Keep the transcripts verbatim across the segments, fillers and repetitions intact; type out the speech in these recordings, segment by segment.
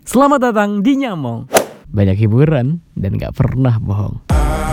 Selamat datang di Nyamong. Banyak hiburan dan gak pernah bohong.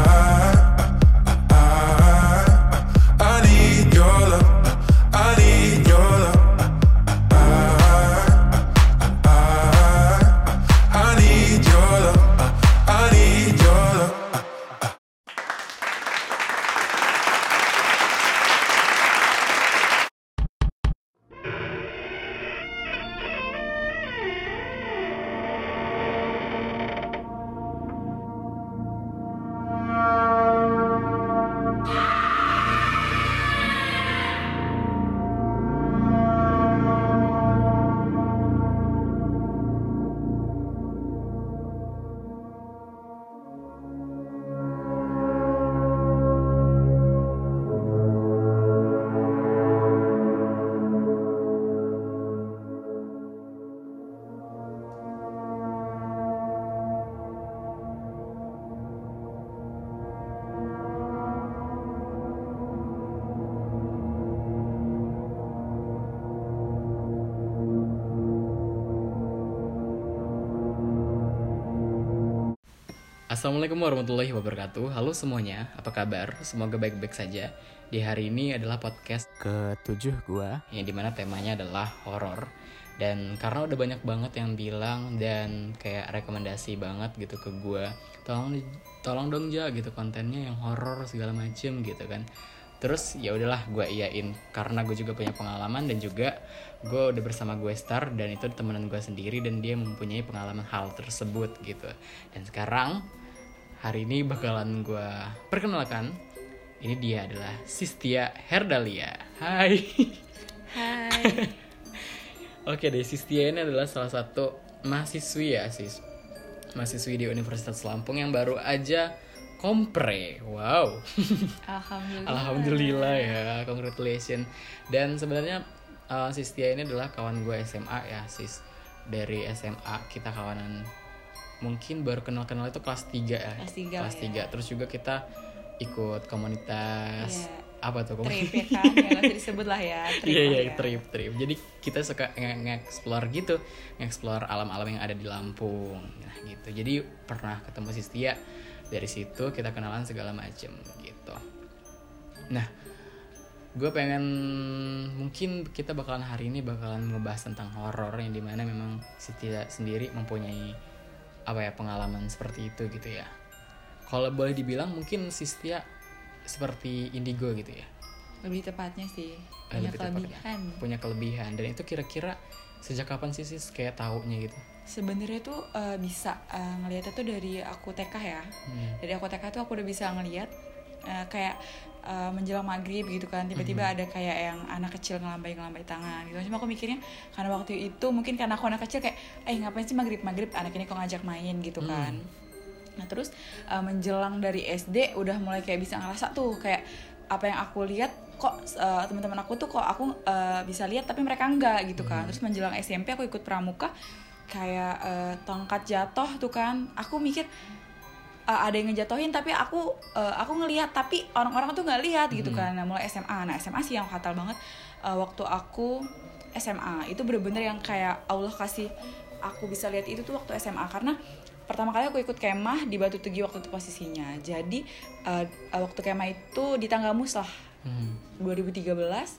Assalamualaikum warahmatullahi wabarakatuh. Halo semuanya, apa kabar? Semoga baik-baik saja. Di hari ini adalah podcast Ketujuh gua, yang dimana temanya adalah horor. Dan karena udah banyak banget yang bilang dan kayak rekomendasi banget gitu ke gua, tolong tolong dong Ja gitu kontennya yang horor segala macem gitu kan. Terus ya udahlah gue iyain karena gue juga punya pengalaman dan juga gue udah bersama gue Star dan itu temenan gue sendiri dan dia mempunyai pengalaman hal tersebut gitu. Dan sekarang hari ini bakalan gue perkenalkan. Ini dia adalah Sistia Herdalia. Hai. Hai. Oke deh, Sistia ini adalah salah satu mahasiswi ya sis. Mahasiswi di Universitas Lampung yang baru aja kompre. Wow. Alhamdulillah. Alhamdulillah ya, congratulations. Dan sebenarnya uh, Sistia ini adalah kawan gue S M A ya sis. Dari S M A kita kawanan mungkin baru kenal-kenal itu kelas tiga ya. Kelas tiga. Kelas ya. tiga. Terus juga kita ikut komunitas ya. Apa tuh komunitas? Trip ya kan, ya gak usah disebut lah ya. Iya iya ya. trip trip. Jadi kita suka nge-explore gitu, nge-explore alam-alam yang ada di Lampung. Nah gitu. Jadi pernah ketemu Sistia. Dari situ kita kenalan segala macem gitu. Nah, gue pengen mungkin kita bakalan hari ini bakalan ngebahas tentang horor yang dimana memang Sistia sendiri mempunyai apa ya pengalaman seperti itu gitu ya. Kalau boleh dibilang mungkin Sistia seperti indigo gitu ya. Lebih tepatnya sih Eh, punya lebih tepatnya. kelebihan. Punya kelebihan dan itu kira-kira sejak kapan sih sis kayak taunya gitu? Sebenarnya tuh uh, bisa uh, ngelihatnya tuh dari aku T K ya. Hmm. Dari aku T K tuh aku udah bisa ngelihat uh, kayak uh, menjelang maghrib gitu kan. Tiba-tiba Hmm. ada kayak yang anak kecil ngelambai-ngelambai tangan gitu. Cuma aku mikirnya karena waktu itu mungkin karena aku anak kecil kayak eh ngapain sih maghrib-maghrib anak ini kok ngajak main gitu kan. Hmm. Nah terus uh, menjelang dari S D udah mulai kayak bisa ngerasa tuh kayak apa yang aku lihat kok uh, teman-teman aku tuh kok aku uh, bisa lihat tapi mereka enggak gitu kan. Hmm. Terus menjelang S M P aku ikut pramuka kayak uh, tongkat jatuh tuh kan. Aku mikir uh, ada yang ngejatuhin tapi aku uh, aku ngelihat tapi orang-orang tuh nggak lihat gitu kan. Nah mulai S M A, nah S M A sih yang fatal banget uh, waktu aku S M A itu bener-bener yang kayak Allah kasih aku bisa lihat itu tuh waktu S M A karena pertama kali aku ikut kemah di Batu Tugi waktu itu posisinya. Jadi uh, waktu kemah itu di Tanggamus lah. Hmm. dua ribu tiga belas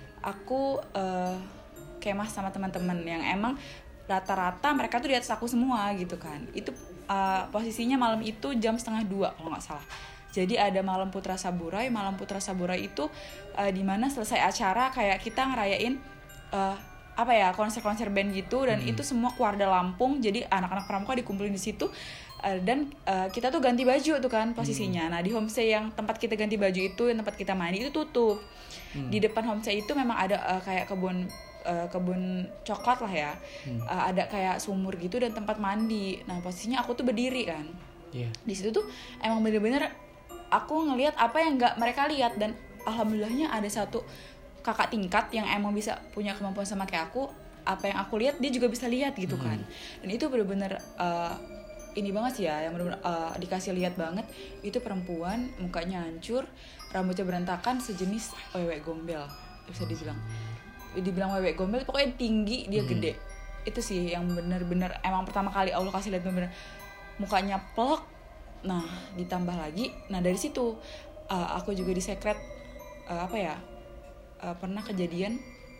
aku uh, kemah sama teman-teman yang emang rata-rata mereka tuh di atas aku semua gitu kan. Itu uh, posisinya malam itu jam setengah dua kalau nggak salah. Jadi ada malam Putra Saburai. Malam Putra Saburai itu uh, di mana selesai acara kayak kita ngerayain uh, apa ya konser-konser band gitu dan hmm. itu semua keluarga Lampung. Jadi anak-anak pramuka dikumpulin di situ uh, dan uh, kita tuh ganti baju tuh kan posisinya. Hmm. Nah di homestay yang tempat kita ganti baju itu, yang tempat kita mandi itu tutup. Hmm. Di depan homestay itu memang ada uh, kayak kebun Uh, kebun coklat lah ya. hmm. uh, ada kayak sumur gitu dan tempat mandi. Nah posisinya aku tuh berdiri kan. yeah. Di situ tuh emang bener-bener aku ngelihat apa yang nggak mereka lihat dan alhamdulillahnya ada satu kakak tingkat yang emang bisa punya kemampuan sama kayak aku. Apa yang aku lihat dia juga bisa lihat gitu kan. hmm. Dan itu bener-bener uh, ini banget sih ya yang bener-bener uh, dikasih lihat banget. Itu perempuan mukanya hancur, rambutnya berantakan sejenis wewe gombel bisa dibilang. dibilang wewe gombel pokoknya tinggi dia hmm. gede itu sih yang bener-bener emang pertama kali Allah kasih lihat bener-bener mukanya plek. Nah ditambah lagi, nah dari situ uh, aku juga di secret uh, apa ya uh, pernah kejadian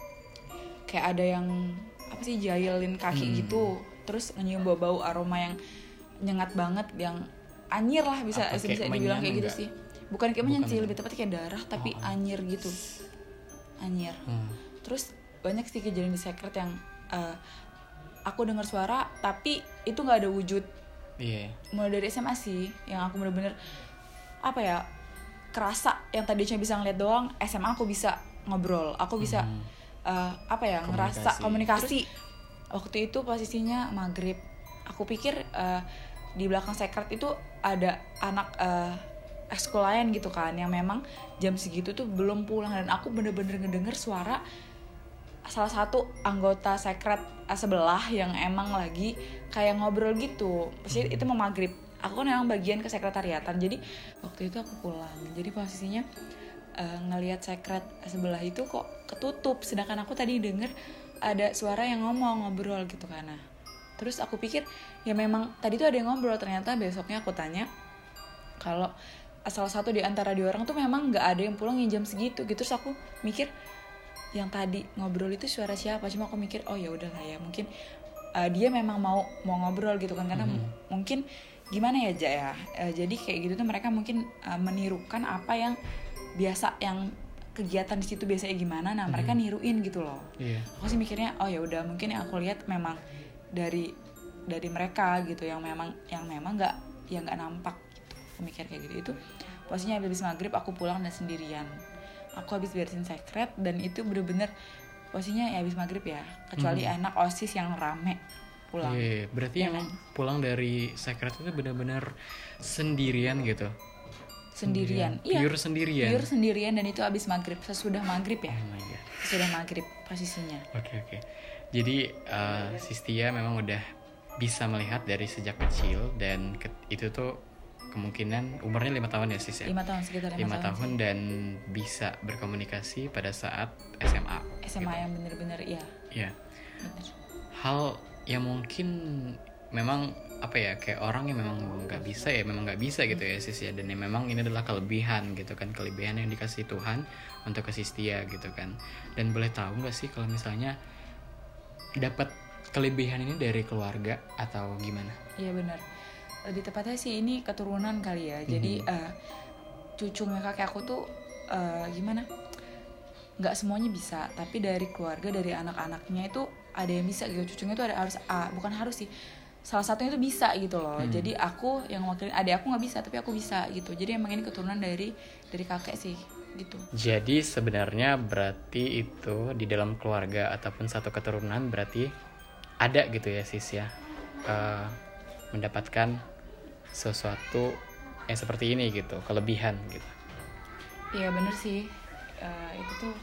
kayak ada yang apa sih jahilin kaki hmm. gitu, terus nyium bau-bau aroma yang nyengat banget, yang anyir lah bisa apa, bisa dibilang kayak gitu enggak? sih. Bukan kayak menyan sih, Bukan. lebih tepatnya kayak darah tapi Oh. anyir gitu. Anyir. Hmm. Terus banyak sih kejadian di secret yang uh, aku dengar suara tapi itu nggak ada wujud. Iya. Mulai dari S M A sih yang aku bener-bener apa ya kerasa, yang tadi cuma bisa ngeliat doang, S M A aku bisa ngobrol, aku bisa Hmm. uh, apa ya Komunikasi. ngerasa komunikasi. Waktu itu posisinya maghrib, aku pikir uh, di belakang secret itu ada anak uh, ekskul lain gitu kan, yang memang jam segitu tuh belum pulang, dan aku bener-bener ngedenger suara salah satu anggota secret sebelah yang emang lagi kayak ngobrol gitu. Pasti itu mau maghrib. Aku kan emang bagian ke sekretariatan, jadi waktu itu aku pulang. Jadi posisinya uh, ngelihat secret sebelah itu kok ketutup, sedangkan aku tadi denger ada suara yang ngomong ngobrol gitu kan. Nah, terus aku pikir ya memang tadi tuh ada yang ngobrol. Ternyata besoknya aku tanya kalau salah satu di antara dua orang tuh memang nggak ada yang pulang yang jam segitu gitu. Terus aku mikir yang tadi ngobrol itu suara siapa. Cuma aku mikir oh ya udahlah ya, mungkin uh, dia memang mau mau ngobrol gitu kan, karena Mm-hmm. m- mungkin gimana ya Ja ya, uh, jadi kayak gitu tuh mereka mungkin uh, menirukan apa yang biasa, yang kegiatan di situ biasanya gimana, nah mereka niruin gitu loh. Iya. Aku sih mikirnya oh ya udah, mungkin yang aku lihat memang dari dari mereka gitu, yang memang yang memang nggak yang nggak nampak gitu. Aku mikir kayak gitu. Itu posisinya habis maghrib aku pulang dan sendirian. Aku habis beresin secret dan itu bener-bener posisinya ya habis maghrib ya, kecuali Hmm. anak OSIS yang rame pulang. Iya, berarti Ya emang kan? pulang dari secret itu benar-benar sendirian gitu. Sendirian, iya. Pure sendirian. Pure sendirian, dan itu habis maghrib, sesudah maghrib ya, Oh my god. sesudah maghrib posisinya. Oke oke. Jadi uh, Sistia memang udah bisa melihat dari sejak kecil, dan ke- itu tuh kemungkinan umurnya lima tahun ya Sis ya. Lima tahun sekitar lima lima tahun, tahun sih. dan bisa berkomunikasi pada saat S M A. S M A gitu. yang bener-bener iya. Iya. Bener. Hal yang mungkin memang apa ya, kayak orang yang memang nggak bisa ya memang nggak bisa gitu ya Sis ya, dan yang memang ini adalah kelebihan gitu kan, kelebihan yang dikasih Tuhan untuk ke Sistia gitu kan. Dan boleh tahu nggak sih kalau misalnya dapat kelebihan ini dari keluarga atau gimana? Iya benar. Lebih tepatnya sih ini keturunan kali ya. Jadi uh, cucunya kakek aku tuh uh, gimana? Nggak semuanya bisa, tapi dari keluarga, dari anak-anaknya itu ada yang bisa gitu. Cucunya tuh ada harus A, bukan harus sih. Salah satunya itu bisa gitu loh. Hmm. Jadi aku yang wakilin adik aku nggak bisa, tapi aku bisa gitu. Jadi emang ini keturunan dari dari kakek sih gitu. Jadi sebenarnya berarti itu di dalam keluarga ataupun satu keturunan berarti ada gitu ya Sis ya, uh, mendapatkan sesuatu yang seperti ini gitu, kelebihan gitu. Iya bener sih. Uh, itu tuh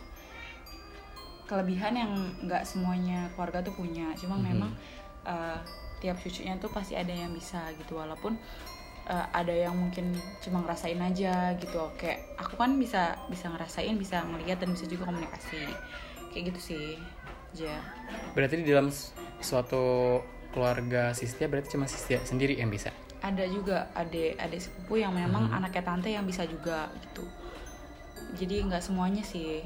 kelebihan yang nggak semuanya keluarga tuh punya. Cuma Mhm. memang uh, tiap cucunya tuh pasti ada yang bisa gitu, walaupun uh, ada yang mungkin cuma ngerasain aja gitu. Kayak aku kan bisa bisa ngerasain, bisa ngelihat, dan bisa juga komunikasi kayak gitu sih. Ja. Berarti di dalam s- suatu keluarga Sistia berarti cuma Sistia sendiri yang bisa. Ada juga adik adik sepupu yang memang Mhm. anaknya tante yang bisa juga gitu. Jadi nggak semuanya sih.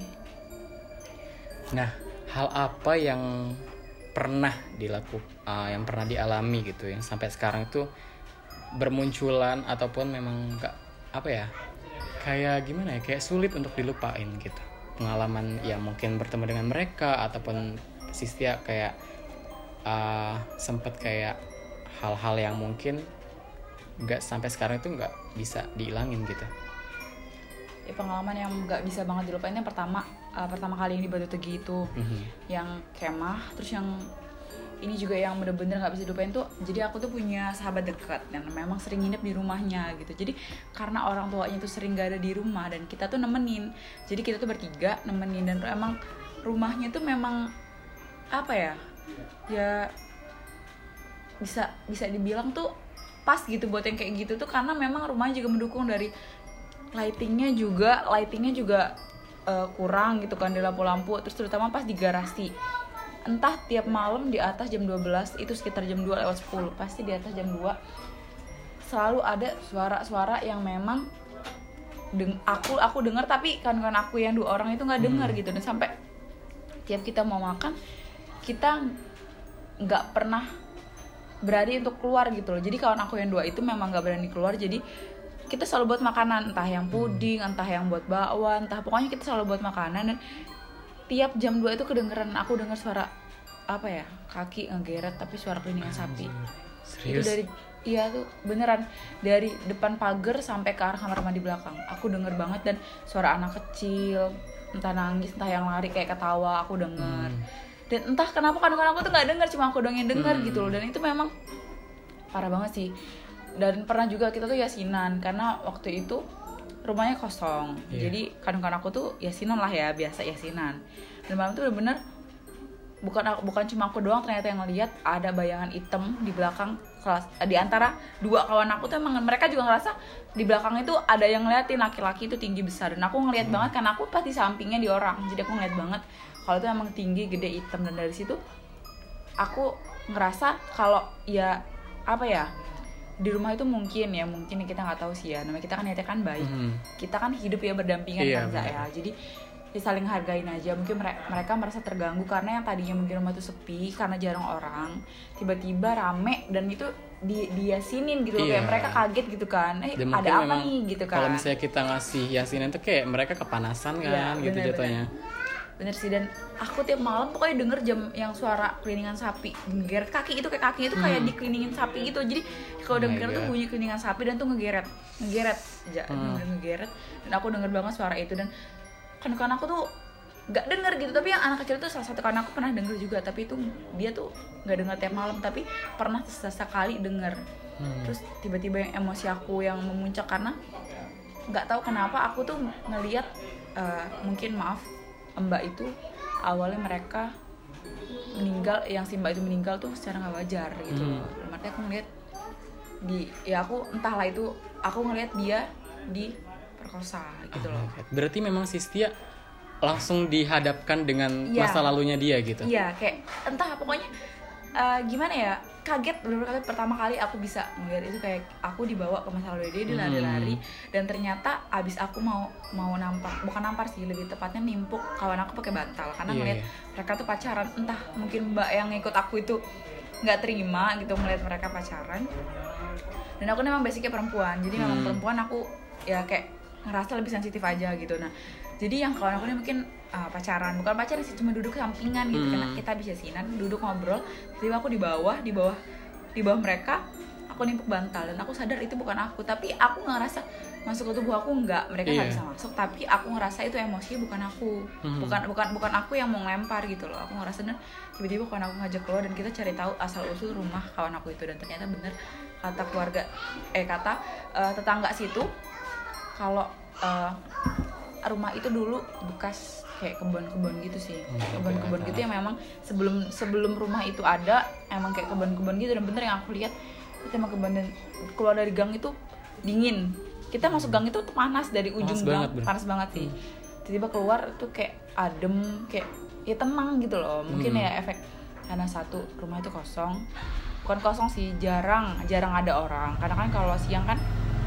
Nah, hal apa yang pernah dilakukan, uh, yang pernah dialami gitu, yang sampai sekarang itu bermunculan ataupun memang nggak apa ya, kayak gimana ya, kayak sulit untuk dilupain gitu. Pengalaman yang mungkin bertemu dengan mereka ataupun Sistia kayak uh, sempet kayak hal-hal yang mungkin nggak sampai sekarang itu nggak bisa dihilangin gitu. Ya, pengalaman yang nggak bisa banget dilupain yang pertama uh, pertama kali ini di Batu Tegi itu, Mhm. yang kemah. Terus yang ini juga yang bener-bener nggak bisa dilupain tuh, jadi aku tuh punya sahabat dekat yang memang sering nginep di rumahnya gitu. Jadi karena orang tuanya tuh sering gak ada di rumah dan kita tuh nemenin, jadi kita tuh bertiga nemenin, dan emang rumahnya tuh memang apa ya, ya bisa bisa dibilang tuh pas gitu buat yang kayak gitu tuh, karena memang rumahnya juga mendukung. Dari lightingnya juga lightingnya juga uh, kurang gitu kan di lampu-lampu. Terus terutama pas di garasi entah tiap malam di atas jam dua belas, itu sekitar jam dua lewat sepuluh, pasti di atas jam dua selalu ada suara-suara yang memang deng- aku aku dengar, tapi kawan-kawan aku yang dua orang itu nggak dengar hmm. gitu. Dan sampai tiap kita mau makan, kita nggak pernah berani untuk keluar gitu loh. Jadi kawan aku yang dua itu memang nggak berani keluar, jadi kita selalu buat makanan, entah yang puding, entah yang buat bakwan, entah pokoknya kita selalu buat makanan. Dan tiap jam dua itu kedengeran, aku dengar suara apa ya, kaki ngegeret tapi suara kelindian sapi. Serius? Itu dari, iya tuh beneran dari depan pagar sampai ke arah kamar mandi belakang. Aku denger banget, dan suara anak kecil, entah nangis, entah yang lari kayak ketawa, aku denger. Hmm. Dan entah kenapa kadang-kadang aku tuh nggak denger, cuma aku doang yang denger hmm. gitu loh. Dan itu memang parah banget sih. Dan pernah juga kita tuh yasinan, karena waktu itu rumahnya kosong, yeah. jadi kadang-kadang aku tuh yasinan lah ya, biasa yasinan. Dan malam tuh bener-bener bukan bukan cuma aku doang ternyata yang ngeliat, ada bayangan hitam di belakang kelas, di antara dua kawan aku tuh emang mereka juga ngerasa di belakang itu ada yang ngeliatin laki-laki itu tinggi besar. Dan aku ngeliat hmm. banget karena aku pas di sampingnya di orang, jadi aku ngeliat banget kalau itu emang tinggi, gede, hitam. Dan dari situ aku ngerasa kalau ya apa ya, di rumah itu mungkin ya mungkin kita nggak tahu sih ya, namanya kita kan niatnya kan baik, mm-hmm. kita kan hidup ya berdampingan iya, kan ya, jadi ya saling hargain aja. Mungkin mereka, mereka merasa terganggu karena yang tadinya mungkin rumah itu sepi karena jarang orang, tiba-tiba rame dan itu di diasinin gitu iya. kayak mereka kaget gitu kan, eh dan ada apa nih gitu kan. Kalau misalnya kita ngasih yasinan tuh kayak mereka kepanasan kan ya, gitu bener, jatuhnya. Bener sih. Dan aku tiap malam pokoknya denger jam yang suara keliningan sapi ngegeret kaki itu, kayak kakinya tuh kayak hmm. dikeliningin sapi gitu. Jadi kalau oh denger tuh bunyi keliningan sapi dan tuh ngegeret ngegeret aja hmm. ngegeret. Dan aku denger banget suara itu. Dan kan-kan aku tuh nggak denger gitu, tapi yang anak kecil tuh salah satu kan aku pernah denger juga, tapi itu dia tuh nggak denger tiap malam, tapi pernah sesekali denger. hmm. Terus tiba-tiba yang emosi aku yang memuncak karena nggak tahu kenapa aku tuh ngelihat uh, mungkin maaf mbak itu awalnya mereka meninggal, yang si mbak itu meninggal tuh secara nggak wajar gitu. hmm. Makanya aku ngeliat di, ya aku entahlah itu, aku ngeliat dia diperkosa gitu loh. Berarti memang si Setia langsung dihadapkan dengan ya, masa lalunya dia gitu. Iya, kayak entah pokoknya uh, gimana ya, kaget, bener-bener kaget pertama kali aku bisa ngeliat itu. Kayak aku dibawa ke masa lalu dia, dia lari-lari, hmm. dan ternyata abis aku mau mau nampar, bukan nampar sih, lebih tepatnya nimpuk kawan aku pakai bantal karena yeah, ngeliat yeah. mereka tuh pacaran. Entah mungkin mbak yang ngikut aku itu nggak terima gitu ngeliat mereka pacaran. Dan aku memang basicnya perempuan, jadi memang hmm. perempuan aku ya kayak ngerasa lebih sensitif aja gitu. Nah jadi yang kawan aku ini mungkin uh, pacaran, bukan pacaran sih, cuma duduk sampingan gitu, hmm. karena kita bisa sinan, duduk ngobrol. Tiba aku di bawah, di bawah, di bawah mereka, aku nimpuk bantal. Dan aku sadar itu bukan aku, tapi aku ngerasa masuk ke tubuh aku enggak, mereka nggak yeah. bisa masuk, tapi aku ngerasa itu emosinya bukan aku, hmm. bukan bukan bukan aku yang mau ngelempar gitu loh. Aku ngerasa, dan tiba-tiba kawan aku ngajak keluar dan kita cari tahu asal usul rumah kawan aku itu. Dan ternyata bener kata keluarga, eh kata uh, tetangga situ kalau uh, rumah itu dulu bekas kayak kebun-kebun gitu sih, kebun-kebun gitu yang memang sebelum sebelum rumah itu ada emang kayak kebun-kebun gitu. Dan bener yang aku lihat itu emang kebun, dan keluar dari gang itu dingin, kita masuk gang itu tuh panas dari ujung panas gang banget, panas banget sih. Tiba-tiba keluar tuh kayak adem, kayak ya tenang gitu loh. Mungkin hmm. ya efek karena satu rumah itu kosong, bukan kosong sih, jarang jarang ada orang. Karena kan kalau siang kan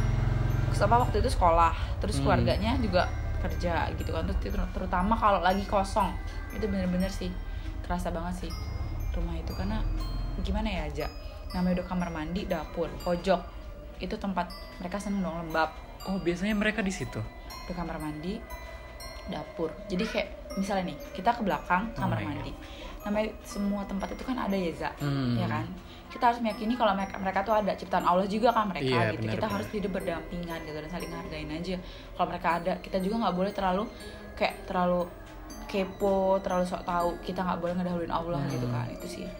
apa waktu itu sekolah, terus keluarganya hmm. juga kerja gitu kan. Terus terutama kalau lagi kosong itu bener-bener sih kerasa banget sih rumah itu. Karena gimana ya aja, namanya udah kamar mandi, dapur, pojok, itu tempat mereka seneng dong, lembab. Oh biasanya mereka di situ, di kamar mandi, dapur. Jadi kayak misalnya nih kita ke belakang kamar oh mandi, namanya semua tempat itu kan ada ya Za, hmm. ya kan. Kita harus meyakini kalau mereka, mereka tuh ada ciptaan Allah juga kan mereka iya, gitu. Bener, kita bener. harus hidup berdampingan gitu dan saling hargain aja. Kalau mereka ada, kita juga nggak boleh terlalu kayak terlalu kepo, terlalu sok tahu. Kita nggak boleh ngedahuluin Allah hmm. gitu kan, itu sih.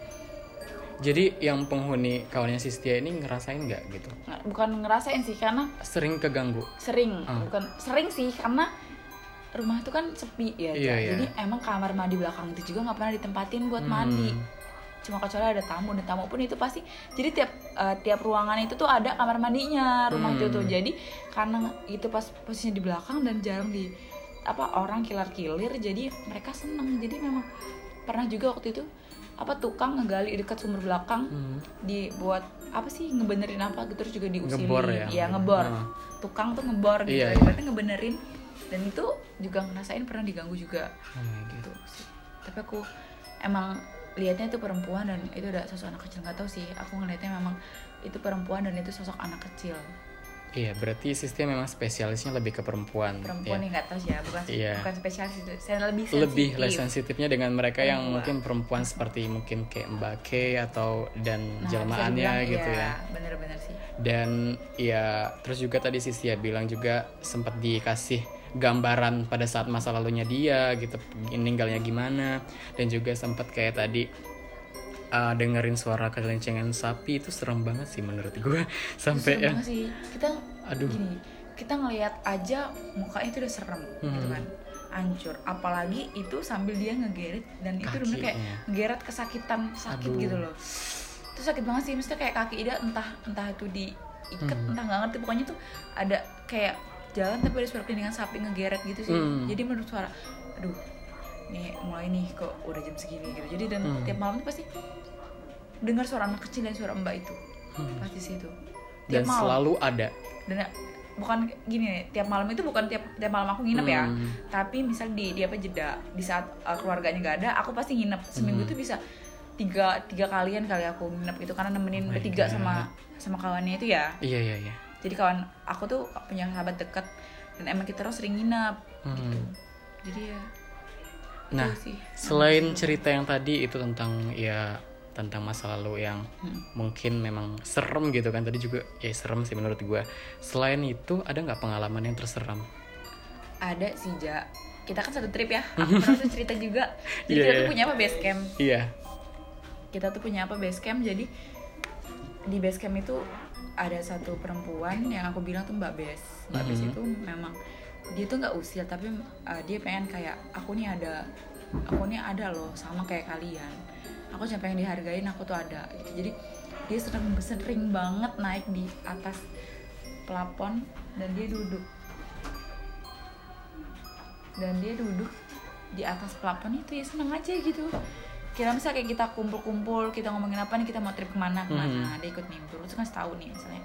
Jadi yang penghuni kawannya si Setia ini ngerasain nggak gitu? Bukan ngerasain sih, karena sering keganggu. Sering, hmm. bukan sering sih, karena rumah itu kan sepi ya. Iya, iya. Jadi emang kamar mandi belakang itu juga nggak pernah ditempatin buat hmm. mandi. Cuma kecuali ada tamu, dan tamu pun itu pasti, jadi tiap uh, tiap ruangan itu tuh ada kamar mandinya rumah hmm. itu tuh. Jadi karena itu pas posisinya di belakang dan jarang di apa orang kilar-kilir, jadi mereka seneng. Jadi memang pernah juga waktu itu apa tukang ngegali dekat sumur belakang, Hmm. dibuat apa sih ngebenerin apa gitu, terus juga diusilin, Ngebor ya? ya ngebor, Ah. tukang tuh ngebor gitu, Iya, ibaratnya ngebenerin, dan itu juga ngerasain pernah diganggu juga Oh my God. gitu sih. Tapi aku emang lihatnya itu perempuan dan itu udah sosok anak kecil, nggak tahu sih, aku ngelihatnya memang itu perempuan dan itu sosok anak kecil. Iya, berarti sistem memang spesialisnya lebih ke perempuan. Perempuan ya. yang nggak tahu sih ya, bukan Iya. bukan spesialis itu, saya lebih sensitif. Lebih less sensitifnya dengan mereka yang Perempuan. mungkin perempuan seperti mungkin kayak Mbak K atau dan Nah, bisa jelmaannya dibilang, gitu iya, ya. bener-bener sih. Dan ya terus juga tadi Sisia bilang juga sempat dikasih gambaran pada saat masa lalunya dia gitu, meninggalnya gimana, dan juga sempat kayak tadi uh, dengerin suara kelencengan sapi. Itu serem banget sih menurut gue sampai Serem ya. banget sih, kita Aduh. gini, kita ngelihat aja mukanya itu udah serem gitu Hmm. kan, hancur, apalagi itu sambil dia ngegeret dan itu bener kayak Kakinya. ngegeret kesakitan, sakit Aduh. gitu loh. Itu sakit banget sih, maksudnya kayak kaki Ida entah entah itu diikat, Hmm. entah nggak ngerti, pokoknya tuh ada kayak jalan tapi ada suara dengan sapi ngegeret gitu sih. Hmm. Jadi menurut suara, aduh, nih mulai nih kok udah jam segini gitu. Jadi dan Hmm. tiap malam tuh pasti dengar suara anak kecil dan suara mbak itu, Hmm. pasti sih itu. Dan Tiap malam. selalu ada. Dan bukan gini nih, tiap malam itu bukan tiap tiap malam aku nginep ya, Hmm. tapi misal di di apa jeda di saat uh, keluarganya nggak ada, aku pasti nginep seminggu Hmm. tuh bisa tiga tiga kalian kali aku nginep gitu, karena nemenin Oh my bertiga God. sama sama kawannya itu ya. Iya iya iya. Jadi kawan aku tuh punya sahabat dekat dan emang kita terus sering nginep Hmm. gitu. Jadi ya Nah, itu sih. selain cerita yang tadi itu tentang ya tentang masa lalu yang Hmm. mungkin memang serem gitu kan, tadi juga ya serem sih menurut gue. Selain itu ada nggak pengalaman yang terseram? Ada sih Ja, kita kan satu trip ya, aku pernah tuh cerita juga. Jadi Iya, kita iya. tuh punya apa base camp. Iya. Kita tuh punya apa base camp, jadi di base camp itu ada satu perempuan yang aku bilang tuh Mbak Bes. Mbak Bes Mhm. itu memang dia tuh nggak usil, tapi uh, dia pengen kayak aku nih ada, aku nih ada loh sama kayak kalian. Aku cuma pengen dihargain, aku tuh ada. Gitu. Jadi dia sering sering banget naik di atas plafon dan dia duduk. Dan dia duduk di atas plafon itu ya seneng aja gitu. Kira misalnya kayak kita kumpul-kumpul, kita ngomongin apa nih, kita mau trip kemana kemana, Mhm. dia ikut nimbrung, terus ngasih tahu nih misalnya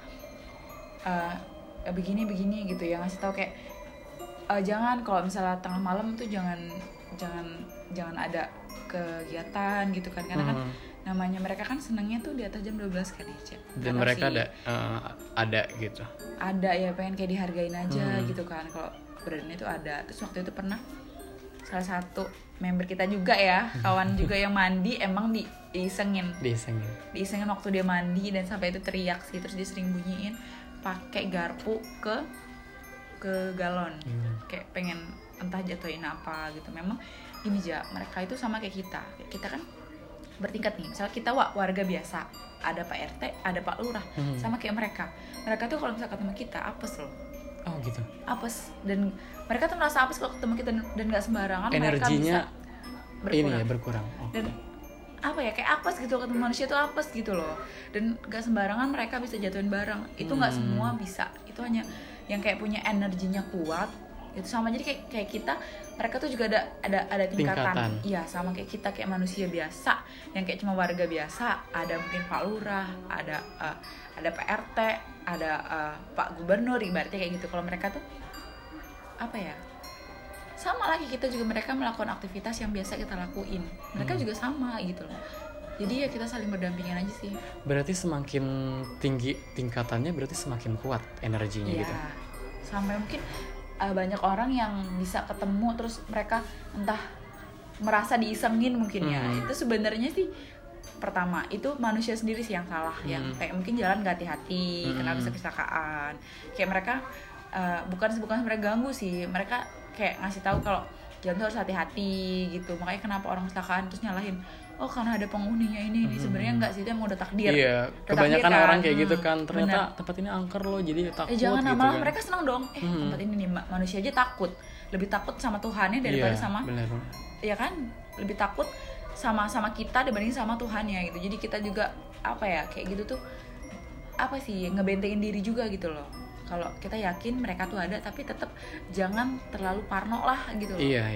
eh begini begini gitu ya, ngasih tahu kayak eh, jangan kalau misalnya tengah malam tuh jangan jangan jangan ada kegiatan gitu kan, karena kan Mhm. namanya mereka kan senangnya tuh di atas jam dua belas kan ya, Cep. Dan Nggak tahu mereka sih. ada eh, ada gitu. Ada ya, pengen kayak dihargain aja Hmm. gitu kan, kalau berani itu ada. Terus waktu itu pernah salah satu member kita juga ya, kawan juga yang mandi, emang di diisengin Disengin. diisengin waktu dia mandi, dan sampai itu teriak sih, terus dia sering bunyiin pakai garpu ke ke galon, Hmm. kayak pengen entah jatuhin apa gitu. Memang gini aja, mereka itu sama kayak kita, kayak kita kan bertingkat nih, misalnya kita wa- warga biasa, ada Pak R T, ada Pak Lurah, Hmm. sama kayak mereka. Mereka tuh kalau misalnya ketemu kita apes loh, Oh gitu. apes, dan mereka tuh merasa apes kalau ketemu kita, dan- dan nggak sembarangan mereka Energinya bisa berkurang. ini ya berkurang. Oh. Dan apa ya, kayak apes gitu, ketemu manusia tuh apes gitu loh, dan gak sembarangan mereka bisa jatuhin barang itu, nggak Hmm. semua bisa, itu hanya yang kayak punya energinya kuat itu sama. Jadi kayak kayak kita, mereka tuh juga ada ada ada tingkatan, Tingkatan. iya sama kayak kita, kayak manusia biasa yang kayak cuma warga biasa, ada mungkin Pak Lurah, ada eh, ada Pak R T, ada eh, Pak Gubernur, ibaratnya kayak gitu. Kalau mereka tuh apa ya, sama lagi kita juga, mereka melakukan aktivitas yang biasa kita lakuin, mereka Hmm. juga sama gitu loh. Jadi ya kita saling berdampingan aja sih. Berarti semakin tinggi tingkatannya berarti semakin kuat energinya Iya. gitu. Sampai mungkin uh, banyak orang yang bisa ketemu terus mereka entah merasa diisengin mungkin ya. Hmm. Itu sebenarnya sih pertama itu manusia sendiri sih yang salah, Hmm. yang kayak mungkin jalan gak hati-hati, Hmm. kena bisa kecelakaan. Kayak mereka uh, bukan bukan mereka ganggu sih, mereka kayak ngasih tahu kalau jalan tuh harus hati-hati gitu. Makanya kenapa orang kecelakaan terus nyalahin, oh karena ada penghuninya ini, ini. Hmm. Sebenarnya enggak sih, itu emang udah takdir. Iya, Udah kebanyakan takdir kan. orang kayak gitu Hmm, kan. Ternyata bener. tempat ini angker loh, jadi takut Eh jangan, gitu malah kan. mereka senang dong. Eh Hmm. tempat ini nih, ma- manusia aja takut, lebih takut sama Tuhannya daripada Iya, sama, bener. ya kan, lebih takut sama sama kita dibanding sama Tuhannya gitu. Jadi kita juga apa ya, kayak gitu tuh apa sih, ngebentengin diri juga gitu loh. Kalau kita yakin mereka tuh ada, tapi tetap jangan terlalu parno lah gitu loh. Iya, iya.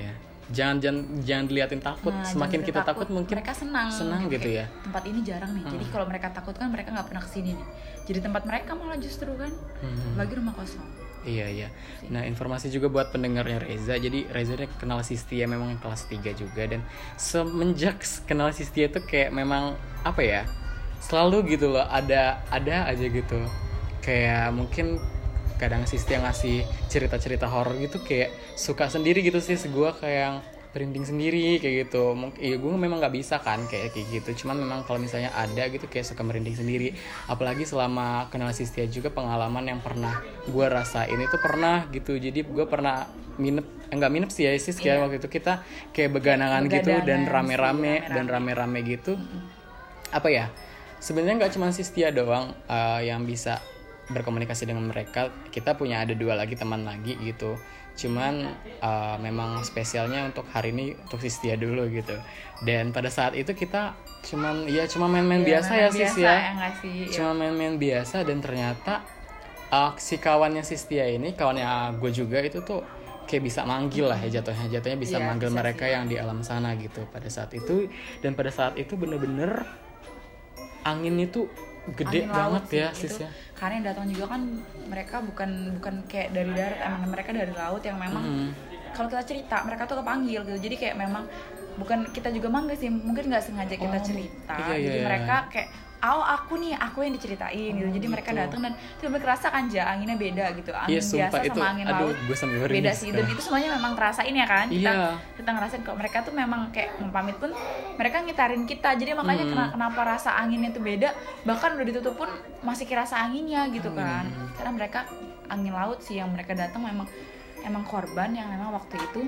jangan jangan jangan diliatin takut. Nah, Semakin jangan kita takut, takut mungkin mereka senang senang gitu Kayak, ya. tempat ini jarang nih, jadi kalau mereka takut kan mereka nggak pernah kesini nih, jadi tempat mereka malah justru kan Hmm. lagi rumah kosong. Iya iya. Nah, informasi juga buat pendengarnya Reza. Jadi Reza ini kenal Sistia memang kelas tiga juga, dan semenjak kenal Sistia itu kayak memang apa ya? Selalu gitu loh, ada ada aja gitu. Kayak mungkin kadang Sistia ngasih cerita-cerita horor gitu kayak suka sendiri gitu sih, gue kayak yang merinding sendiri kayak gitu. Mungkin ya gue memang nggak bisa kan kayak kayak gitu, cuman memang kalau misalnya ada gitu kayak suka merinding sendiri. Apalagi selama kenal Sistia juga, pengalaman yang pernah gue rasain itu pernah gitu. Jadi gue pernah minep enggak minep sih ya sis, kayak Iya. waktu itu kita kayak beganangan gitu dan Begadangan rame-rame sih, dan rame-rame gitu. Apa ya, sebenarnya nggak cuma Sistia doang uh, yang bisa berkomunikasi dengan mereka. Kita punya ada dua lagi teman lagi gitu, cuman uh, memang spesialnya untuk hari ini untuk Sistia dulu gitu. Dan pada saat itu kita cuman ya cuma main-main Iya, biasa main-main ya sis biasa, ya, ya nggak sih? Iya. cuma main-main biasa. Dan ternyata uh, si kawannya Sistia ini, kawannya gue juga itu tuh kayak bisa manggil lah ya jatuhnya jatuhnya bisa Iya, manggil bisa mereka sih. yang di alam sana gitu pada saat itu. Dan pada saat itu bener-bener anginnya tuh gede Angin banget laut sih, ya itu. sis ya. Karena yang datang juga kan mereka bukan bukan kayak dari darat, emang mereka dari laut yang memang Hmm. kalau kita cerita mereka tuh kepanggil gitu. Jadi kayak memang bukan kita juga manggil sih, mungkin nggak sengaja kita Oh, cerita. iya, iya, Jadi iya. mereka kayak oh aku nih, aku yang diceritain gitu. Jadi mereka gitu. datang dan tiba-tiba kerasa kan ja anginnya beda gitu. Angin Iya, sumpah, biasa itu, sama angin aduh, laut gue sampai merinding beda sih. Dan sekarang. itu semuanya memang ngerasain ya kan. Kita Iya. kita ngerasain kok mereka tuh memang kayak mau pamit pun mereka ngitarin kita. Jadi makanya Hmm. kena- kenapa rasa anginnya tuh beda, bahkan udah ditutup pun masih kerasa anginnya gitu kan. Hmm. Karena mereka angin laut sih yang mereka datang memang emang korban yang memang waktu itu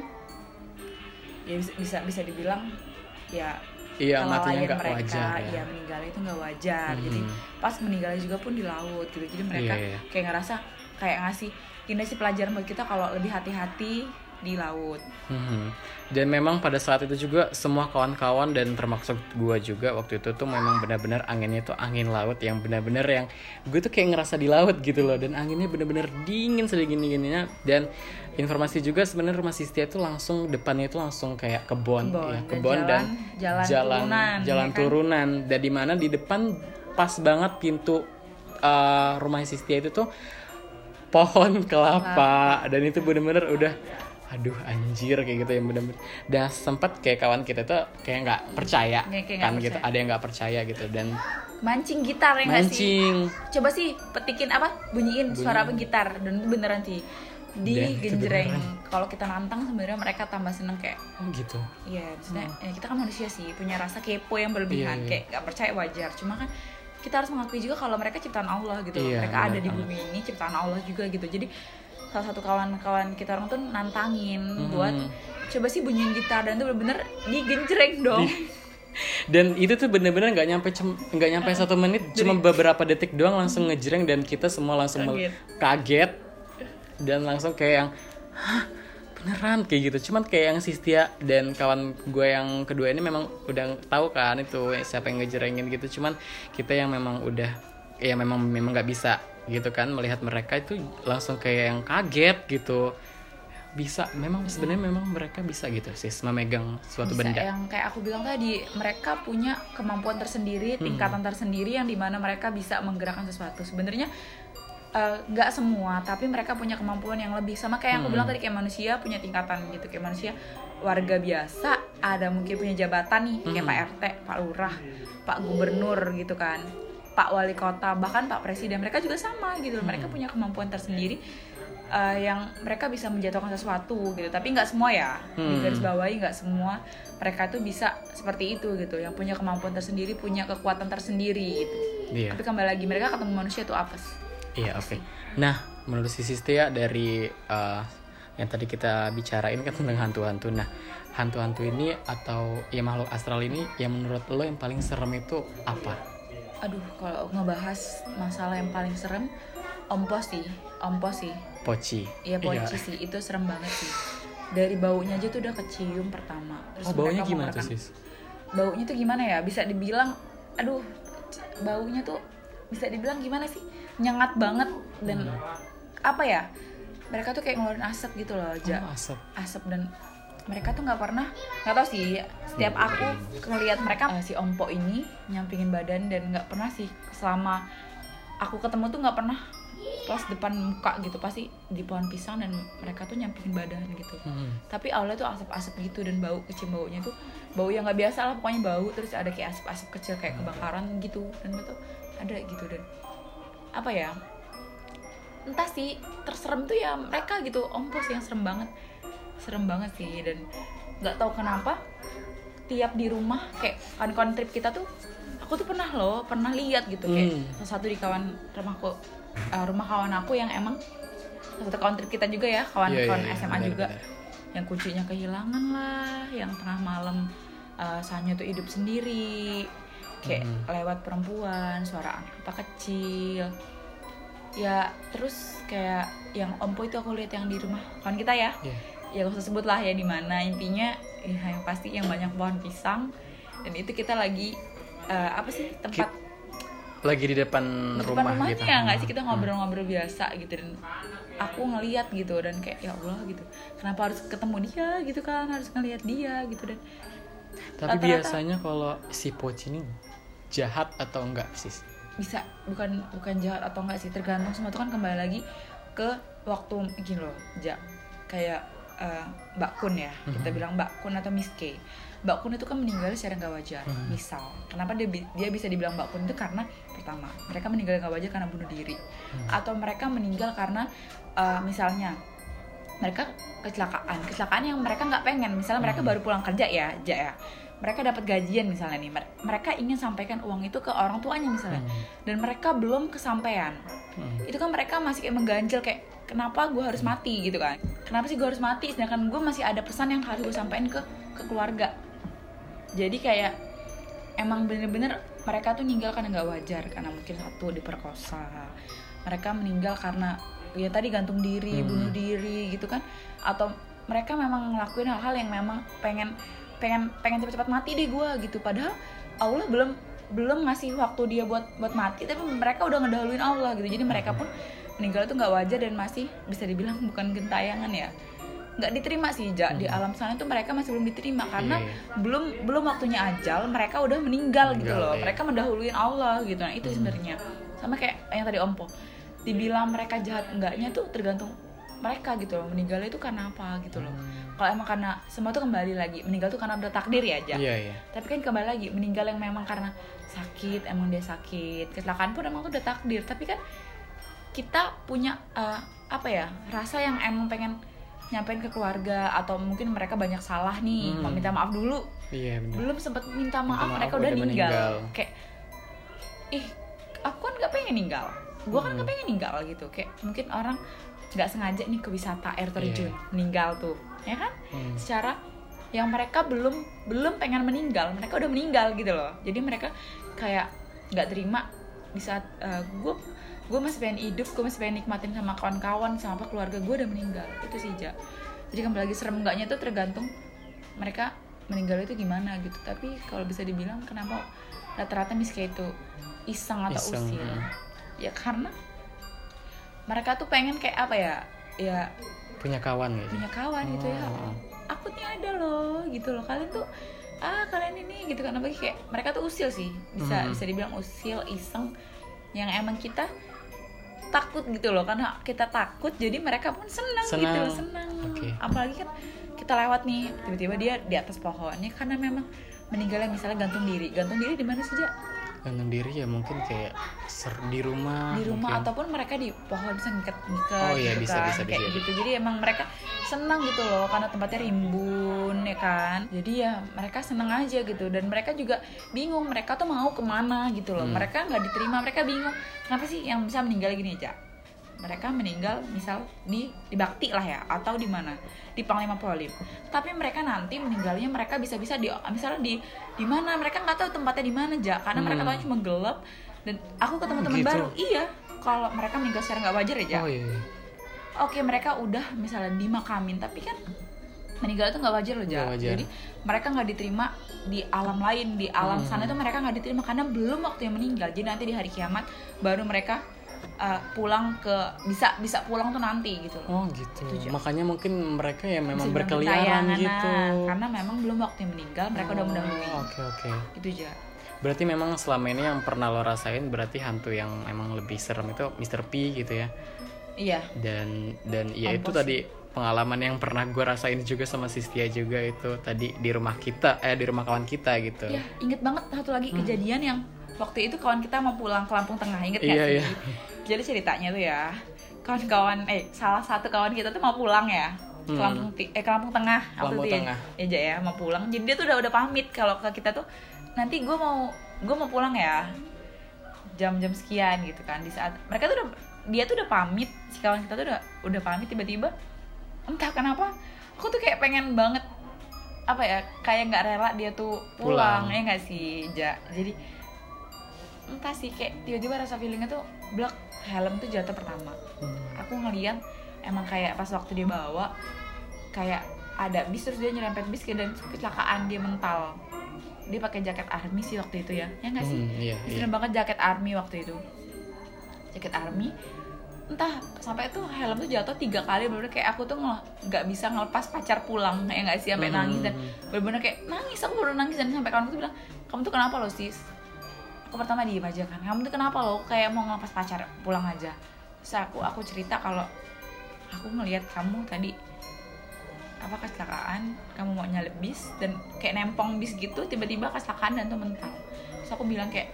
ya bisa bisa, bisa dibilang ya Iya, matinya kelalaian nggak mereka, wajar ya. ya meninggalnya itu nggak wajar. Hmm. Jadi pas meninggalnya juga pun di laut gitu. Jadi mereka Iya, iya. kayak ngerasa kayak ngasih ini sih pelajaran buat kita kalau lebih hati-hati di laut. Hmm. Dan memang pada saat itu juga semua kawan-kawan dan termasuk gue juga waktu itu tuh memang benar-benar anginnya tuh angin laut yang benar-benar yang gue tuh kayak ngerasa di laut gitu loh. Dan anginnya benar-benar dingin sedingin-dinginnya. Dan informasi juga sebenarnya rumah Sistia itu langsung depannya itu langsung kayak kebon, Kebon, ya dan kebon dan jalan- jalan turunan, jalan ya kan? turunan. Dan di mana di depan pas banget pintu uh, rumah Sistia itu tuh pohon kelapa. Dan itu bener-bener udah aduh anjir kayak gitu yang bener-bener udah sempet kayak kawan kita tuh kayak nggak percaya Ya, kayak kan nggak gitu, percaya. ada yang nggak percaya gitu. Dan Mancing gitar ya nggak sih? mancing Coba sih petikin apa bunyiin suara apa gitar, dan itu beneran sih di Dan itu genjreng. beneran. Kalau kita nantang sebenarnya mereka tambah seneng kayak oh gitu. iya maksudnya ya kita kan manusia sih punya rasa kepo yang berlebihan. Iya, iya. Kayak nggak percaya wajar, cuma kan kita harus mengakui juga kalau mereka ciptaan Allah gitu. Iya, Mereka ada benar di banget. bumi ini ciptaan Allah juga gitu. Jadi salah satu kawan-kawan kita orang tuh nantangin Hmm. buat coba sih bunyiin gitar, dan itu bener-bener digenjreng dong. Dan itu tuh bener-bener nggak nyampe cem- nggak nyampe satu menit, cuma beberapa detik doang langsung ngejreng dan kita semua langsung mel- Kaget. kaget dan langsung kayak yang hah beneran kayak gitu. Cuman kayak yang Sistia dan kawan gue yang kedua ini memang udah tahu kan itu siapa yang ngejrengin gitu. Cuman kita yang memang udah ya memang memang nggak bisa gitu kan melihat mereka itu langsung kayak yang kaget gitu. Bisa memang sebenarnya memang mereka bisa gitu sis memegang suatu Bisa, benda. yang kayak aku bilang tadi, mereka punya kemampuan tersendiri, Hmm. tingkatan tersendiri yang dimana mereka bisa menggerakkan sesuatu. Sebenarnya eh, nggak semua, tapi mereka punya kemampuan yang lebih. Sama kayak yang aku Hmm. bilang tadi, kayak manusia punya tingkatan gitu. Kayak manusia warga biasa ada mungkin punya jabatan nih, kayak Hmm. Pak R T, Pak Lurah, Pak Gubernur gitu kan, Pak Wali Kota, bahkan Pak Presiden. Mereka juga sama gitu. Mereka punya kemampuan tersendiri uh, yang mereka bisa menjatuhkan sesuatu gitu. Tapi nggak semua ya, di Hmm. garis bawahi nggak semua mereka tuh bisa seperti itu gitu. Yang punya kemampuan tersendiri, punya kekuatan tersendiri gitu. Iya. Tapi kembali lagi, mereka ketemu manusia tuh apes. Iya oke. Nah menurut si Sistia dari uh, yang tadi kita bicarain kan tentang hantu-hantu. Nah hantu-hantu ini atau ya makhluk astral ini yang menurut lo yang paling serem itu apa? Aduh, kalau ngebahas masalah yang paling serem, ompos sih, ompos sih. Poci. Iya poci sih, itu serem banget sih. Dari baunya aja tuh udah kecium pertama. Terus Oh baunya mereka gimana tuh mengeluarkan- sis? Baunya tuh gimana ya? Bisa dibilang, aduh, c- baunya tuh bisa dibilang gimana sih? Nyengat banget dan apa ya? Mereka tuh kayak ngeluarin asap gitu loh, Ja. Oh, asap. Asap dan mereka tuh nggak pernah, nggak tahu sih, setiap aku ngelihat mereka uh, si Ompo ini nyampingin badan, dan nggak pernah sih selama aku ketemu tuh nggak pernah pas depan muka gitu, pasti di pohon pisang dan mereka tuh nyampingin badan gitu. hmm. Tapi awalnya tuh asap-asap gitu dan bau, kecium baunya tuh bau yang nggak biasa lah pokoknya, bau terus ada kayak asap-asap kecil kayak kebakaran gitu, dan itu ada gitu. Dan apa ya, entah sih, terserem tuh ya mereka gitu. Ompo sih yang serem banget, serem banget sih. Dan nggak tahu kenapa tiap di rumah kayak kawan-kawan trip kita tuh, aku tuh pernah loh pernah lihat gitu, kayak hmm. salah satu di kawan rumahku, uh, rumah kawan aku yang emang salah satu kawan trip kita juga ya, kawan-kawan yeah, yeah, yeah, S M A bener, juga bener. Yang kuncinya kehilangan lah, yang tengah malam uh, Sanyo tuh hidup sendiri, kayak hmm. lewat perempuan, suara apa kecil ya. Terus kayak yang Ompo itu aku lihat yang di rumah kawan kita ya, yeah. ya gak usah sebut lah ya di mana, intinya ya yang pasti yang banyak pohon pisang. Dan itu kita lagi uh, apa sih tempat lagi di depan, di depan rumah rumahnya gitu. Ya nggak sih, kita ngobrol-ngobrol biasa gitu, dan aku ngelihat gitu, dan kayak ya Allah gitu, kenapa harus ketemu dia gitu kan, harus ngelihat dia gitu. Dan tapi rata-rata, biasanya kalau si Poci ini jahat atau enggak sih? Bisa, bukan bukan jahat atau enggak sih, tergantung. Semua itu kan kembali lagi ke waktu gini loh, ja. Kayak uh, Mbak Kun ya, mm-hmm. kita bilang Mbak Kun atau Miss K. Mbak Kun itu kan meninggal secara nggak wajar. Hmm. Misal, kenapa dia dia bisa dibilang Mbak Kun itu karena pertama, mereka meninggal nggak wajar karena bunuh diri, hmm. atau mereka meninggal karena uh, misalnya mereka kecelakaan, kecelakaan yang mereka nggak pengen. Misalnya mereka hmm. baru pulang kerja ya, ja ya. Mereka dapat gajian misalnya nih, mereka ingin sampaikan uang itu ke orang tuanya misalnya, hmm. dan mereka belum kesampaian. Hmm. Itu kan mereka masih kayak mengganjel kayak, kenapa gue harus mati gitu kan? Kenapa sih gue harus mati? Sedangkan gue masih ada pesan yang harus gue sampaikan ke ke keluarga. Jadi kayak emang bener-bener mereka tuh meninggal karena nggak wajar, karena mungkin satu diperkosa, mereka meninggal karena ya tadi gantung diri, hmm. bunuh diri gitu kan, atau mereka memang ngelakuin hal-hal yang memang pengen pengen pengen cepat-cepat mati deh gue gitu, padahal Allah belum belum ngasih waktu dia buat buat mati, tapi mereka udah ngedahuluin Allah gitu. Jadi mereka pun meninggal itu nggak wajar dan masih bisa dibilang bukan gentayangan ya, nggak diterima sih ja. Di alam sana tuh mereka masih belum diterima karena yeah. belum belum waktunya ajal, mereka udah meninggal, meninggal gitu loh, yeah. mereka mendahuluin Allah gitu. Nah itu hmm. sebenarnya sama kayak yang tadi Ompo, dibilang mereka jahat enggaknya tuh tergantung mereka gitu loh, meninggalnya itu karena apa gitu loh. hmm. Kalau emang karena semua tuh kembali lagi, meninggal tuh karena udah takdir ya aja, yeah, yeah. tapi kan kembali lagi meninggal yang memang karena sakit, emang dia sakit, kecelakaan pun emang tuh udah takdir. Tapi kan kita punya uh, apa ya, rasa yang emang pengen nyampein ke keluarga, atau mungkin mereka banyak salah nih, hmm. mau minta maaf dulu, iya, belum sempat minta maaf, minta mereka maaf udah, udah meninggal. meninggal. Kayak ih, aku kan nggak pengen ninggal, gue kan nggak hmm. pengen ninggal gitu. Kayak mungkin orang nggak sengaja nih ke wisata air terjun, yeah. meninggal tuh, ya kan? Hmm. Secara yang mereka belum belum pengen meninggal, mereka udah meninggal gitu loh. Jadi mereka kayak nggak terima di saat uh, gue gue masih pengen hidup, gue masih pengen nikmatin sama kawan-kawan, sama apa keluarga gue udah meninggal. Itu sih ja. Jadi kembali lagi serem enggaknya tuh tergantung mereka meninggal itu gimana gitu. Tapi kalau bisa dibilang kenapa rata-rata misalnya itu iseng atau iseng, usil ya. ya karena mereka tuh pengen kayak apa ya, ya punya kawan gitu, punya kawan oh. gitu ya, aku nih ada loh gitu loh, kalian tuh ah kalian ini gitu kan. Apalagi kayak mereka tuh usil sih, bisa hmm. bisa dibilang usil, iseng, yang emang kita takut gitu loh, karena kita takut jadi mereka pun senang, senang. gitu loh, senang. Okay. Apalagi kan kita lewat nih, tiba-tiba dia di atas pohonnya karena memang meninggalnya misalnya gantung diri. Gantung diri di mana sih, Ja? Gantung diri ya mungkin kayak ser di rumah. Di rumah mungkin. Ataupun mereka di pohon bisa ngikat-ngikat oh, iya, gitu bisa, kan. bisa, kayak bisa. gitu. Jadi emang mereka senang gitu loh karena tempatnya rimbun ya kan. Jadi ya mereka senang aja gitu, dan mereka juga bingung mereka tuh mau kemana gitu loh. Hmm. Mereka nggak diterima, mereka bingung. Kenapa sih yang bisa meninggal gini aja? Mereka meninggal misal di di Bakti lah ya, atau di mana, di Panglima Polim. Tapi mereka nanti meninggalnya mereka bisa-bisa di misalnya di di mana, mereka nggak tahu tempatnya di mana aja, karena hmm. mereka tahu cuma gelap. Dan aku ketemu teman gitu. baru, iya, kalau mereka meninggal secara nggak wajar aja. Oh, iya, iya. Oke, mereka udah misalnya dimakamin, tapi kan meninggal itu nggak wajar loh, Ja. Jadi mereka nggak diterima di alam lain, di alam hmm. sana itu mereka nggak diterima karena belum waktu yang meninggal. Jadi nanti di hari kiamat baru mereka uh, pulang ke bisa bisa pulang tuh nanti gitu Oh loh. gitu. Tujuh. Makanya mungkin mereka ya memang Bisa berkeliaran bertayangan, gitu. nah, karena memang belum waktunya meninggal, mereka udah mendahului. Oh, Oke oke. Gitu aja. Berarti memang selama ini yang pernah lo rasain berarti hantu yang emang lebih serem itu mister P gitu ya. Iya. Dan dan ya itu Kompos. tadi pengalaman yang pernah gue rasain juga sama Sistia juga itu tadi di rumah kita eh di rumah kawan kita gitu. Iya, inget banget satu lagi kejadian yang waktu itu kawan kita mau pulang ke Lampung Tengah, inget gak Iya, sih? iya. Jadi ceritanya tuh ya, kawan-kawan eh salah satu kawan kita tuh mau pulang ya ke Hmm. Lampung Ti- eh ke Lampung Tengah waktu Lampung itu Tengah. ya, ya, ya mau pulang. Jadi dia tuh udah udah pamit kalau ke kita tuh nanti gue mau gue mau pulang ya jam-jam sekian gitu kan. Di saat mereka tuh udah dia tuh udah pamit, si kawan kita tuh udah udah pamit tiba-tiba entah kenapa aku tuh kayak pengen banget apa ya kayak nggak rela dia tuh pulang, Pulang. ya nggak sih Ja. Jadi entah sih kayak tiba-tiba rasa feelingnya tuh blek, helm tuh jatuh pertama. Aku ngeliat emang kayak pas waktu dia bawa kayak ada bis terus dia nyerempet bis ke dan kecelakaan, dia mental. Dia pakai jaket army sih waktu itu ya, ya nggak sih? Hmm, iya, iya. Serem banget jaket army waktu itu. Jaket army entah sampai tuh helm tuh jatuh tiga kali, bener-bener kayak aku tuh ngel- nggak bisa ngelepas pacar pulang, ya nggak sih, sampai Hmm. nangis dan bener-bener kayak nangis, aku baru nangis dan sampai kawan aku tuh bilang kamu tuh kenapa lo sis? Aku pertama diem aja kan, kamu tuh kenapa lo kayak mau ngelepas pacar pulang aja. Terus aku aku cerita kalau aku ngelihat kamu tadi apa kecelakaan, kamu mau nyalip bis dan kayak nempong bis gitu, tiba-tiba kecelakaan dan tuh mental. Terus aku bilang kayak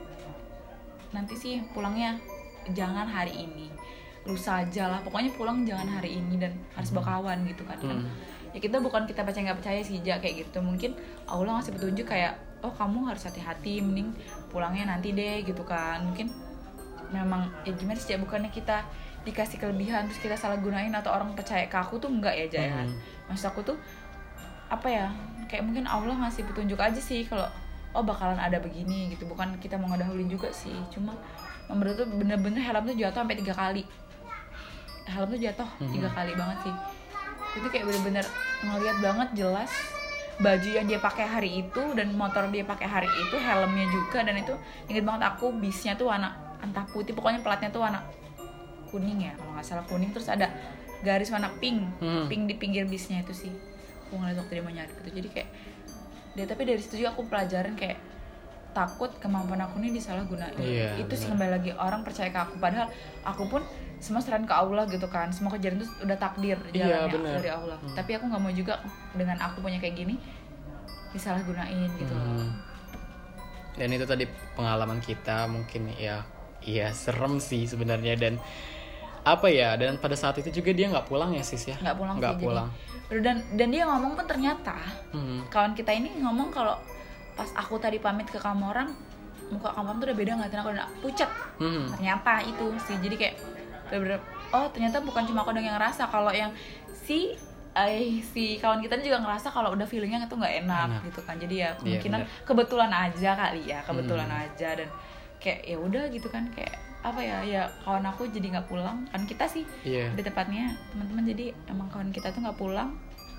nanti sih pulangnya jangan hari ini, lusa aja lah, pokoknya pulang jangan hari ini dan harus bawa kawan gitu kan. Kan Hmm. ya kita bukan kita percaya nggak percaya sih Ja, kayak gitu. Mungkin Allah ngasih petunjuk kayak oh kamu harus hati-hati, mending pulangnya nanti deh gitu kan. Mungkin memang ya gimana sih Ja, bukannya kita dikasih kelebihan terus kita salah gunain atau orang percaya ke aku tuh enggak ya Ja ya. Hmm. Maksud aku tuh apa ya, kayak mungkin Allah ngasih petunjuk aja sih kalau oh bakalan ada begini gitu, bukan kita mau ngedahulin juga sih. Cuma menurut tuh bener-bener helm tuh jatuh sampai tiga kali, helm tuh jatuh tiga kali banget sih. Itu kayak bener-bener ngeliat banget jelas baju yang dia pakai hari itu dan motor dia pakai hari itu, helmnya juga. Dan itu inget banget aku, bisnya tuh warna entah putih, pokoknya platnya tuh warna kuning ya kalau nggak salah, kuning terus ada garis warna pink, Hmm. pink di pinggir bisnya itu sih. Aku ngeliat waktu dia mau nyari gitu, jadi kayak dia, tapi dari situ juga aku pelajaran kayak takut kemampuan aku ini disalahgunain. Iya, Itu sih benar. kembali lagi orang percaya ke aku, padahal aku pun semua serahin ke Allah gitu kan. Semua kejadian itu udah takdir Iya, jalannya benar. dari Allah. Hmm. Tapi aku nggak mau juga dengan aku punya kayak gini disalahgunain gitu loh. Hmm. Dan itu tadi pengalaman kita mungkin ya iya serem sih sebenarnya. Dan apa ya, dan pada saat itu juga dia nggak pulang ya sis ya, Nggak pulang nggak sih, pulang. Jadi, dan dan dia ngomong pun ternyata Hmm. kawan kita ini ngomong kalau pas aku tadi pamit ke kamu orang, muka kamu tuh udah beda ngeliatin aku, udah pucat. Hmm. Ternyata itu sih, jadi kayak bener-bener oh ternyata bukan cuma aku doang yang ngerasa, kalau yang si eh, si kawan kita ini juga ngerasa kalau udah feelingnya itu nggak enak, Enak. gitu kan. Jadi ya Iya, kemungkinan bener. kebetulan aja kali ya, kebetulan Hmm. aja. Dan kayak ya udah gitu kan, kayak apa ya, ya kawan aku jadi nggak pulang kan, kita sih Iya. di tepatnya teman-teman, jadi emang kawan kita tuh nggak pulang.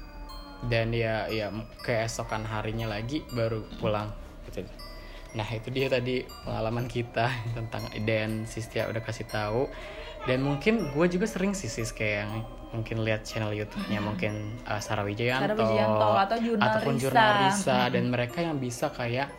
Dan ya ya keesokan harinya lagi baru pulang gitu. Nah itu dia tadi pengalaman kita tentang, dan Sistia udah kasih tahu. Dan mungkin gue juga sering sih sis kayak yang mungkin lihat channel YouTube-nya mungkin uh, Sarah Wijayanto, Sarah Wijayanto atau jurnal ataupun Risa. jurnal Risa, Mm-mm. dan mereka yang bisa kayak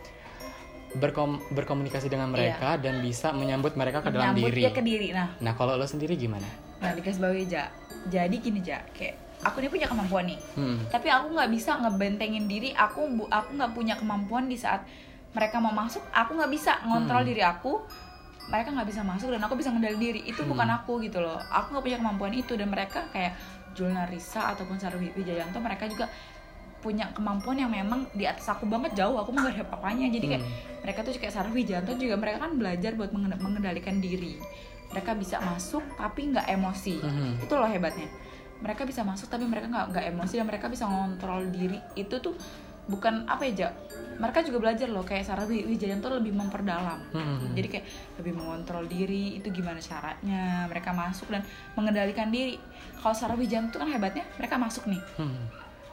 berkom berkomunikasi dengan mereka dan bisa menyambut mereka ke dalam Nyambut diri. dia ke diri. Nah, Nah kalau lo sendiri gimana? nah dikasih bawahi Ja. Jadi gini Ja, kayak aku ini punya kemampuan nih. Hmm. Tapi aku nggak bisa ngebentengin diri aku, bu- aku nggak punya kemampuan di saat mereka mau masuk, aku nggak bisa ngontrol Hmm. diri aku, mereka nggak bisa masuk dan aku bisa ngendali diri. Itu Hmm. bukan aku gitu loh, aku nggak punya kemampuan itu. Dan mereka kayak Julna Risa ataupun Sarah Wijayanto, mereka juga punya kemampuan yang memang di atas aku banget, jauh, aku mah gak ada apa-apanya. Jadi kayak Hmm. mereka tuh kayak Sarah Wijayanto juga, mereka kan belajar buat mengend- mengendalikan diri. Mereka bisa masuk tapi nggak emosi. Mhm. Itu loh hebatnya, mereka bisa masuk tapi mereka nggak nggak emosi dan mereka bisa ngontrol diri. Itu tuh bukan apa ya Ja, mereka juga belajar loh, kayak Sarah Wi- Wijayanto lebih memperdalam. Hmm. Jadi kayak lebih mengontrol diri, itu gimana caranya mereka masuk dan mengendalikan diri. Kalau Sarah Wijayanto kan hebatnya mereka masuk nih, Hmm.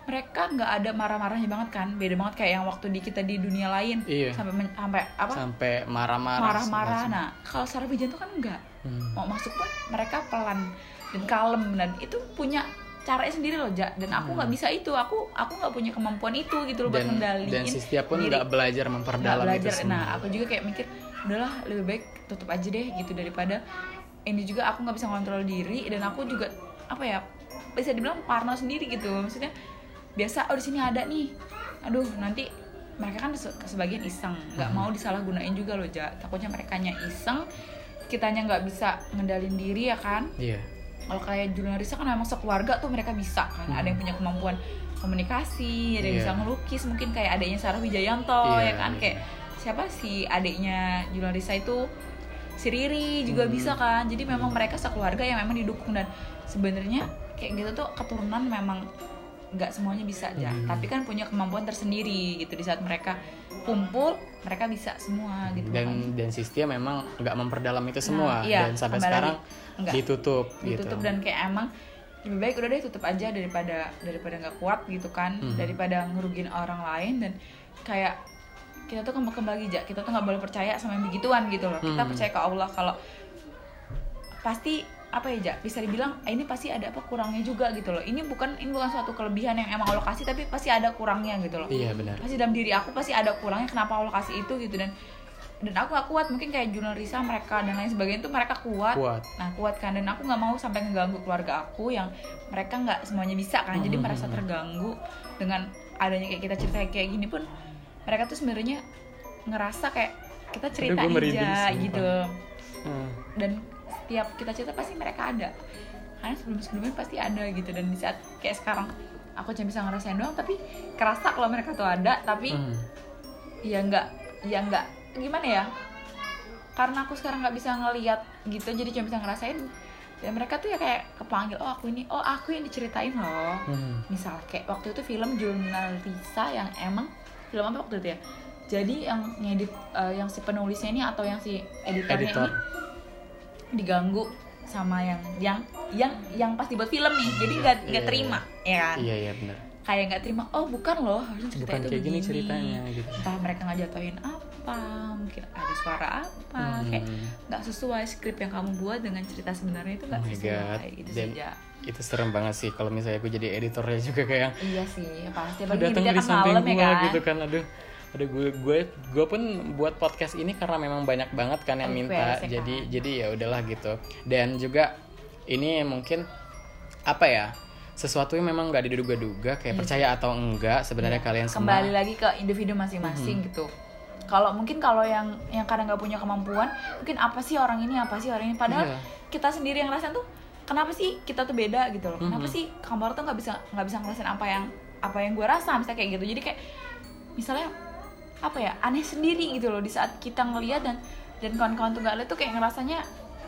mereka nggak ada marah-marahnya banget kan, beda banget kayak yang waktu di kita di dunia lain Iya. sampai men- sampai apa Sampai marah-marah. marah-marah. segala Nah kalau Sarah Wijan tuh kan enggak, Hmm. mau masuk pun mereka pelan dan kalem, dan itu punya caranya sendiri loh Ja. Dan aku nggak bisa itu, aku aku nggak punya kemampuan itu gitu loh buat dan ngendaliin dan Sistia pun diri. nggak belajar Nggak memperdalam itu belajar. semua. Nah aku juga kayak mikir udahlah lebih baik tutup aja deh gitu, daripada ini juga aku nggak bisa kontrol diri, dan aku juga apa ya bisa dibilang parno sendiri gitu. Maksudnya biasa oh di sini ada nih, aduh nanti mereka kan se- sebagian iseng, nggak mau disalahgunain juga loh Ja. Takutnya merekanya iseng, kitanya nggak bisa ngendalin diri ya kan. Iya. Kalau kayak Julian Risa kan memang sekeluarga tuh mereka bisa kan, ada yang punya kemampuan komunikasi, ada yang Iya. bisa ngelukis, mungkin kayak adiknya Sarah Wijayanto Iya, ya kan, iya. kayak siapa sih adiknya Julian Risa itu, si Riri juga Hmm. bisa kan. Jadi memang mereka sekeluarga yang memang didukung, dan sebenarnya kayak gitu tuh keturunan memang nggak semuanya bisa aja, Hmm. tapi kan punya kemampuan tersendiri gitu. Di saat mereka kumpul mereka bisa semua gitu kan. Dan dan Sistia memang nggak memperdalam itu semua, Nah, iya, dan sampai kembali sekarang lagi. Nggak. ditutup, ditutup gitu. dan kayak emang lebih baik udah deh tutup aja daripada daripada nggak kuat gitu kan, Hmm. daripada ngerugin orang lain. Dan kayak kita tuh kembali kembali aja, kita tuh nggak boleh percaya sama yang begituan gitu loh. Kita Hmm. percaya ke Allah kalau pasti apa ya Ja, bisa dibilang eh, ini pasti ada apa kurangnya juga gitu loh. Ini bukan ini bukan suatu kelebihan yang emang Allah kasih, tapi pasti ada kurangnya gitu loh. Iya benar. Pasti dalam diri aku pasti ada kurangnya, kenapa Allah kasih itu gitu. Dan dan aku gak kuat, mungkin kayak Jurnal Risa mereka dan lain sebagainya itu mereka kuat. Kuat. Nah kuat kan, dan aku nggak mau sampai ngeganggu keluarga aku yang mereka nggak semuanya bisa kan, jadi Mhm. merasa terganggu dengan adanya kayak kita cerita kayak gini pun. Mereka tuh sebenarnya ngerasa kayak kita cerita gua merinding, aja sumpah. gitu, Hmm. dan setiap kita cerita pasti mereka ada, karena sebelum sebelumnya pasti ada gitu. Dan di saat kayak sekarang aku cuma bisa ngerasain doang, tapi kerasa kalau mereka tuh ada, tapi Hmm. ya nggak ya nggak gimana ya, karena aku sekarang nggak bisa ngelihat gitu, jadi cuma bisa ngerasain. Dan mereka tuh ya kayak kepanggil, oh aku ini, oh aku yang diceritain loh. Hmm. Misal kayak waktu itu film Jurnal Risa yang emang film apa waktu itu ya, jadi yang ngedit eh, yang si penulisnya ini atau yang si editornya Editor. ini diganggu sama yang yang yang yang pas dibuat film nih, jadi nggak Iya, nggak iya, terima ya kan, Iya iya benar. kayak nggak terima, oh bukan loh harusnya cerita Bukan itu kayak gini begini. ceritanya gitu. Entah mereka ngejatuhin apa, mungkin ada suara apa, Hmm. kayak nggak sesuai skrip yang kamu buat dengan cerita sebenarnya itu nggak Oh my sesuai God. gitu Dan saja. itu serem banget sih kalau misalnya aku jadi editornya juga kayak Iya sih pasti, "Lu apalagi datang dia di kan samping malam ya gua kan. gitu kan, aduh aduh gue gue gue pun buat podcast ini karena memang banyak banget kan yang minta, Request, ya jadi kan? jadi ya udahlah gitu. Dan juga ini mungkin apa ya, sesuatu yang memang nggak diduga-duga, kayak Iya. percaya atau enggak sebenarnya Iya. kalian semua. Kembali lagi ke individu masing-masing gitu. Kalau mungkin kalau yang yang kadang nggak punya kemampuan, mungkin apa sih orang ini, apa sih orang ini, padahal Iya. kita sendiri yang ngerasain tuh kenapa sih kita tuh beda gitu loh. Kenapa Mhm. sih kamu tuh nggak bisa nggak bisa ngerasain apa yang apa yang gue rasa, misalnya kayak gitu. Jadi kayak misalnya apa ya, aneh sendiri gitu loh di saat kita ngelihat, dan dan kawan-kawan tuh nggak lihat tuh kayak ngerasanya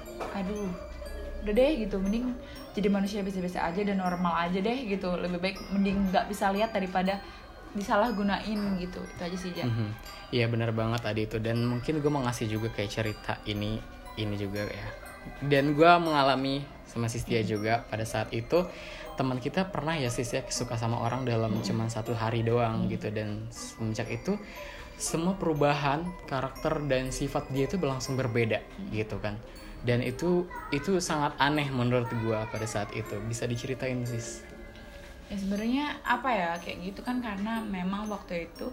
aduh udah deh gitu, mending jadi manusia biasa-biasa aja dan normal aja deh gitu, lebih baik mending nggak bisa lihat daripada disalahgunain gitu. Itu aja sih Jan. Mhm. Iya benar banget tadi itu, dan mungkin gue mau ngasih juga kayak cerita ini ini juga ya. Dan gue mengalami sama Sistia juga pada saat itu, teman kita pernah ya Sistia suka sama orang dalam cuman satu hari doang gitu, dan semenjak itu semua perubahan karakter dan sifat dia itu berlangsung berbeda gitu kan. Dan itu itu sangat aneh menurut gue pada saat itu. Bisa diceritain Sis? Ya sebenarnya apa ya kayak gitu kan, karena memang waktu itu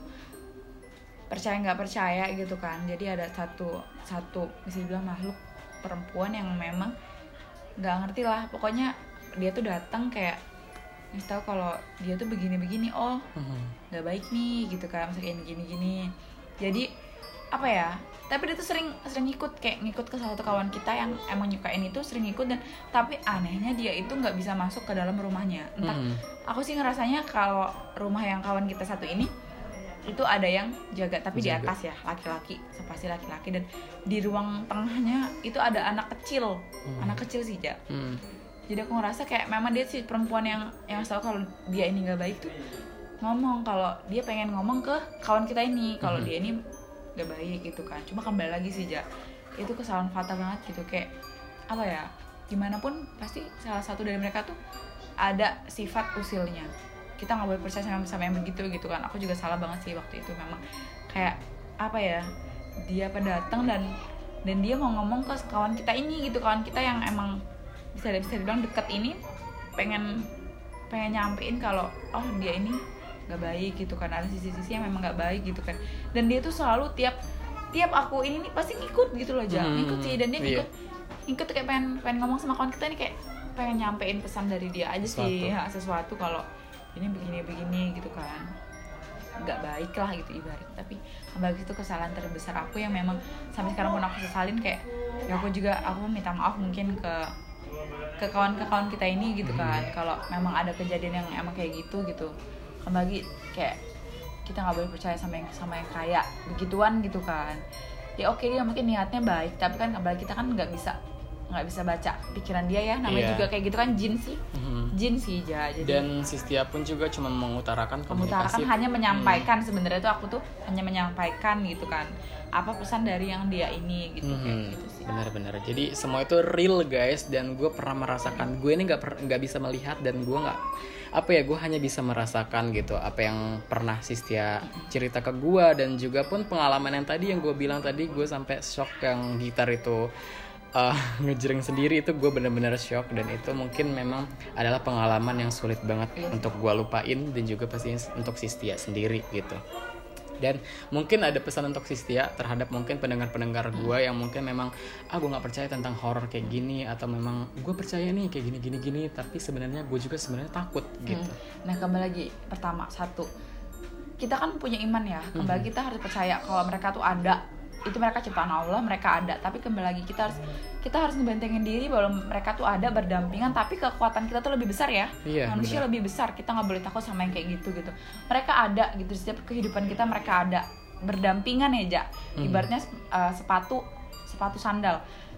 percaya nggak percaya gitu kan. Jadi ada satu satu bisa dibilang makhluk perempuan yang memang nggak ngerti lah, pokoknya dia tuh datang kayak ngasih tahu kalau dia tuh begini-begini, oh Mhm. nggak baik nih gitu kan, misalnya gini-gini. Jadi apa ya, tapi dia tuh sering sering ikut kayak ngikut ke salah satu kawan kita yang emang nyukain itu, sering ikut. Dan tapi anehnya dia itu nggak bisa masuk ke dalam rumahnya. Entah Mhm. aku sih ngerasanya kalau rumah yang kawan kita satu ini itu ada yang jaga, tapi di Jaga. atas ya laki-laki, pasti laki-laki. Dan di ruang tengahnya itu ada anak kecil, Hmm. anak kecil sih ja. Mhm. Jadi aku ngerasa kayak memang dia si perempuan yang yang tahu kalau dia ini nggak baik tuh ngomong kalau dia pengen ngomong ke kawan kita ini kalau Mhm. dia ini nggak baik gitu kan. Cuma kembali lagi sih ja, itu kesalahan fatal banget gitu, kayak apa ya, gimana pun pasti salah satu dari mereka tuh ada sifat usilnya. kita nggak boleh percaya sama sama yang begitu gitu kan. Aku juga salah banget sih waktu itu, memang kayak apa ya, dia pendatang dan dan dia mau ngomong ke kawan kita ini gitu, kawan kita yang emang bisa bisa dibilang deket ini, pengen pengen nyampein kalau oh dia ini nggak baik gitu kan, ada sisi-sisi yang memang nggak baik gitu kan. Dan dia tuh selalu tiap tiap aku ini nih pasti ngikut gitu loh, jangan Hmm, ngikut sih. Dan dia iya. ngikut ngikut kayak pengen pengen ngomong sama kawan kita ini, kayak pengen nyampein pesan dari dia aja sih, Sesuatu. ha, sesuatu kalau ini begini begini gitu kan, nggak baik lah gitu ibarat. Tapi kembali itu kesalahan terbesar aku yang memang sampai sekarang pun aku sesalin, kayak ya aku juga aku minta maaf mungkin ke ke kawan-kawan kita ini gitu kan, kalau memang ada kejadian yang emang kayak gitu gitu. Kembali kayak kita nggak boleh percaya sama yang sama yang kayak begituan gitu kan. Ya oke, dia mungkin niatnya baik, tapi kan kembali kita kan nggak bisa nggak bisa baca pikiran dia ya, namanya Iya. juga kayak gitu kan, jin sih Mhm. jin sih ja. Jadi Dan si Setia pun juga cuma mengutarakan mengutarakan komunikasi. hanya menyampaikan, sebenarnya tuh aku tuh hanya menyampaikan gitu kan, apa pesan dari yang dia ini gitu, kayak Mhm, gitu sih. benar-benar. Jadi semua itu real guys, dan gue pernah merasakan. Gue ini nggak per- nggak bisa melihat, dan gue nggak apa ya, gue hanya bisa merasakan gitu apa yang pernah Sistia cerita ke gue, dan juga pun pengalaman yang tadi yang gue bilang tadi, gue sampai shock yang gitar itu uh, ngejreng sendiri, itu gue benar-benar shock. Dan itu mungkin memang adalah pengalaman yang sulit banget untuk gue lupain, dan juga pasti untuk Sistia sendiri gitu. Dan mungkin ada pesan untuk Sistia terhadap mungkin pendengar-pendengar gue yang mungkin memang ah gue nggak percaya tentang horor kayak gini, atau memang gue percaya nih kayak gini gini gini tapi sebenarnya gue juga sebenarnya takut gitu. Hmm. Nah kembali lagi, pertama satu, kita kan punya iman ya, kembali Mhm. kita harus percaya kalau mereka tuh ada, itu mereka ciptaan Allah, mereka ada. Tapi kembali lagi kita harus kita harus ngebentengin diri bahwa mereka tuh ada berdampingan, tapi kekuatan kita tuh lebih besar ya. Iya, Manusia benar. lebih besar, kita nggak boleh takut sama yang kayak gitu gitu. Mereka ada gitu, setiap kehidupan kita mereka ada berdampingan ya, Ja. Mhm. Ibaratnya uh, sepatu sepatu sandal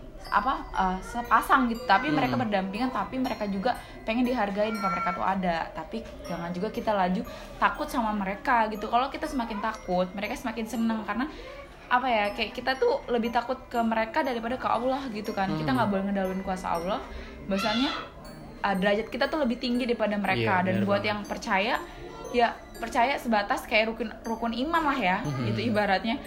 apa uh, sepasang gitu, tapi Hmm. mereka berdampingan, tapi mereka juga pengen dihargain kalau mereka tuh ada. Tapi jangan juga kita laju takut sama mereka gitu. Kalau kita semakin takut, mereka semakin seneng, karena apa ya, kayak kita tuh lebih takut ke mereka daripada ke Allah gitu kan. Kita Hmm. nggak boleh ngedahuluin kuasa Allah, bahwasanya uh, derajat kita tuh lebih tinggi daripada mereka. Iya, Dan benar buat banget. yang percaya, ya percaya sebatas kayak rukun rukun iman lah ya. Mhm. Itu ibaratnya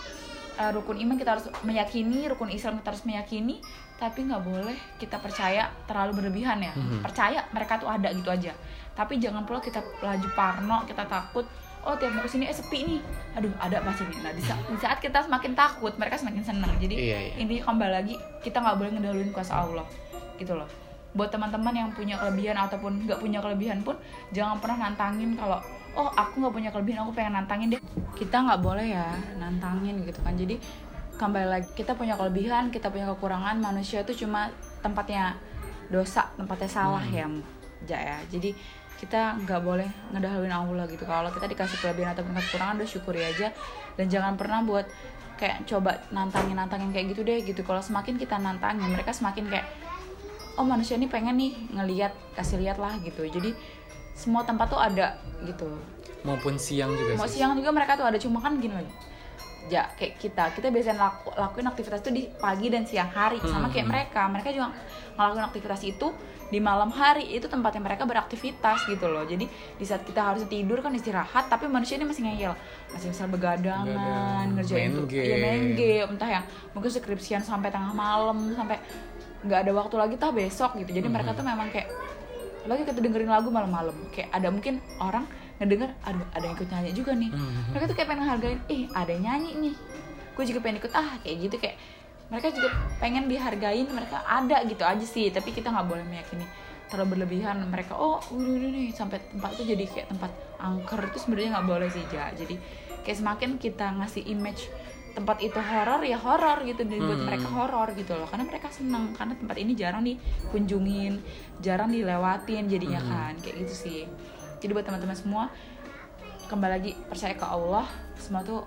uh, rukun iman kita harus meyakini, rukun Islam kita harus meyakini, tapi nggak boleh kita percaya terlalu berlebihan ya. Mhm. Percaya mereka tuh ada gitu aja, tapi jangan pula kita laju parno, kita takut, oh tiap mau kesini eh sepi nih, aduh ada pasti nih. Nah di saat, di saat kita semakin takut, mereka semakin senang. Jadi Iya, iya. intinya kembali lagi, kita nggak boleh ngedahuluin kuasa Allah gitu loh. Buat teman-teman yang punya kelebihan ataupun nggak punya kelebihan pun, jangan pernah nantangin kalau oh aku nggak punya kelebihan, aku pengen nantangin deh. Kita nggak boleh ya nantangin gitu kan. Jadi kembali lagi, kita punya kelebihan, kita punya kekurangan. Manusia itu cuma tempatnya dosa, tempatnya salah ya, Ja ya. Jadi kita nggak boleh ngedahuluin Allah gitu. Kalau kita dikasih kelebihan ataupun kekurangan, udah syukuri aja. Dan jangan pernah buat kayak coba nantangin-nantangin kayak gitu deh gitu. Kalau semakin kita nantangin, mereka semakin kayak oh manusia ini pengen nih ngelihat, kasih lihat lah gitu. Jadi semua tempat tuh ada gitu. Maupun siang juga Mau sih. siang juga mereka tuh ada, cuma kan gini loh. Ja, kayak kita, kita biasanya laku, lakuin aktivitas itu di pagi dan siang hari, sama kayak mereka. Mereka juga ngelakuin aktivitas itu di malam hari, itu tempatnya mereka beraktivitas gitu loh. Jadi di saat kita harus tidur kan istirahat, tapi manusia ini masih ngeyel, masih misal begadangan, Begadang, ngerjain main tuh, game. ya main game, entah yang mungkin skripsian sampai tengah malam, sampai nggak ada waktu lagi tah besok gitu. Jadi mereka tuh memang kayak lagi kita dengerin lagu malam-malam, kayak ada mungkin orang ngedenger, aduh ada yang ikut nyanyi juga nih. Mhm. Mereka tuh kayak pengen ngehargain, ih ada yang nyanyi nih, gue juga pengen ikut, ah kayak gitu. Kayak mereka juga pengen dihargain, mereka ada gitu aja sih. Tapi kita nggak boleh meyakini terlalu berlebihan. Mereka oh udah udah nih sampai tempat itu jadi kayak tempat angker, itu sebenarnya nggak boleh sih, Ja. Jadi kayak semakin kita ngasih image tempat itu horor, ya horor gitu, dan buat Hmm. mereka horor gitu loh, karena mereka seneng, karena tempat ini jarang dikunjungin, jarang dilewatin jadinya kan, kayak gitu sih. Jadi buat teman-teman semua, kembali lagi percaya ke Allah, semua tuh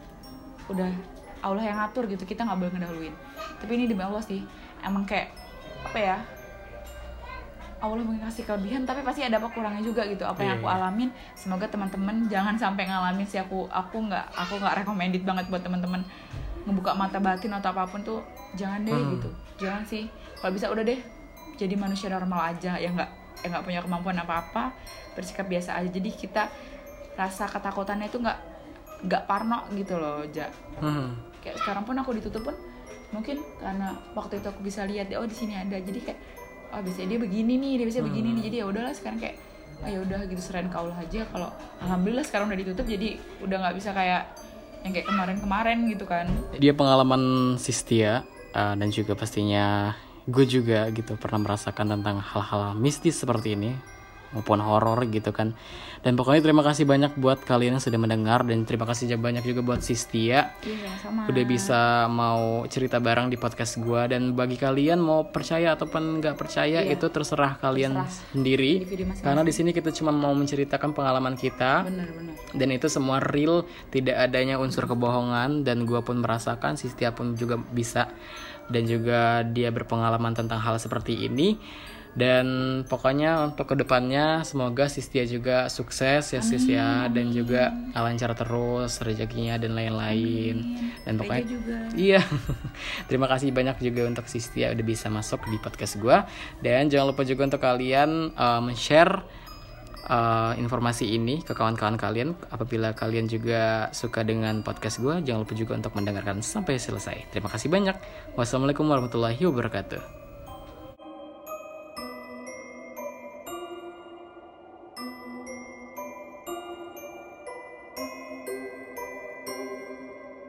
udah Allah yang ngatur gitu, kita nggak boleh ngedahuluin. Tapi ini demi Allah sih, emang kayak apa ya, Allah mengasih kelebihan tapi pasti ada apa kurangnya juga gitu. Apa yang Iya, aku iya. alamin, semoga teman-teman jangan sampai ngalamin sih. Aku aku nggak aku nggak recommended banget buat teman-teman ngebuka mata batin atau apapun tuh, jangan deh Hmm. gitu, jangan sih. Kalau bisa udah deh jadi manusia normal aja ya nggak. eh nggak punya kemampuan apa-apa, bersikap biasa aja. Jadi kita rasa ketakutannya itu nggak nggak parno gitu loh, Ja. Hmm. Kayak sekarang pun aku ditutup pun mungkin karena waktu itu aku bisa lihat oh di sini ada, jadi kayak oh biasanya dia begini nih, dia bisa begini nih, jadi ya udahlah sekarang kayak oh ya udah gitu, serahin ke Allah aja. Kalau alhamdulillah sekarang udah ditutup, jadi udah nggak bisa kayak yang kayak kemarin-kemarin gitu kan. Dia pengalaman Sistia uh, dan juga pastinya gue juga gitu pernah merasakan tentang hal-hal mistis seperti ini maupun horor gitu kan. Dan pokoknya terima kasih banyak buat kalian yang sudah mendengar, dan terima kasih banyak juga buat Sistia Iya, sama. udah bisa mau cerita bareng di podcast gue. Dan bagi kalian mau percaya ataupun nggak percaya, Iya. itu terserah kalian Terserah. sendiri, Individu masing-masing. karena di sini kita cuma mau menceritakan pengalaman kita. Benar-benar. Dan itu semua real, tidak adanya unsur kebohongan. Dan gue pun merasakan, Sistia pun juga bisa, dan juga dia berpengalaman tentang hal seperti ini. Dan pokoknya untuk kedepannya semoga Sistia juga sukses ya Sis ya, dan juga lancar terus rezekinya dan lain-lain. Dan pokoknya Rega juga. iya. Terima kasih banyak juga untuk Sistia udah bisa masuk di podcast gue. Dan jangan lupa juga untuk kalian uh, men-share uh, informasi ini ke kawan-kawan kalian. Apabila kalian juga suka dengan podcast gue, jangan lupa juga untuk mendengarkan sampai selesai. Terima kasih banyak. Wassalamualaikum warahmatullahi wabarakatuh.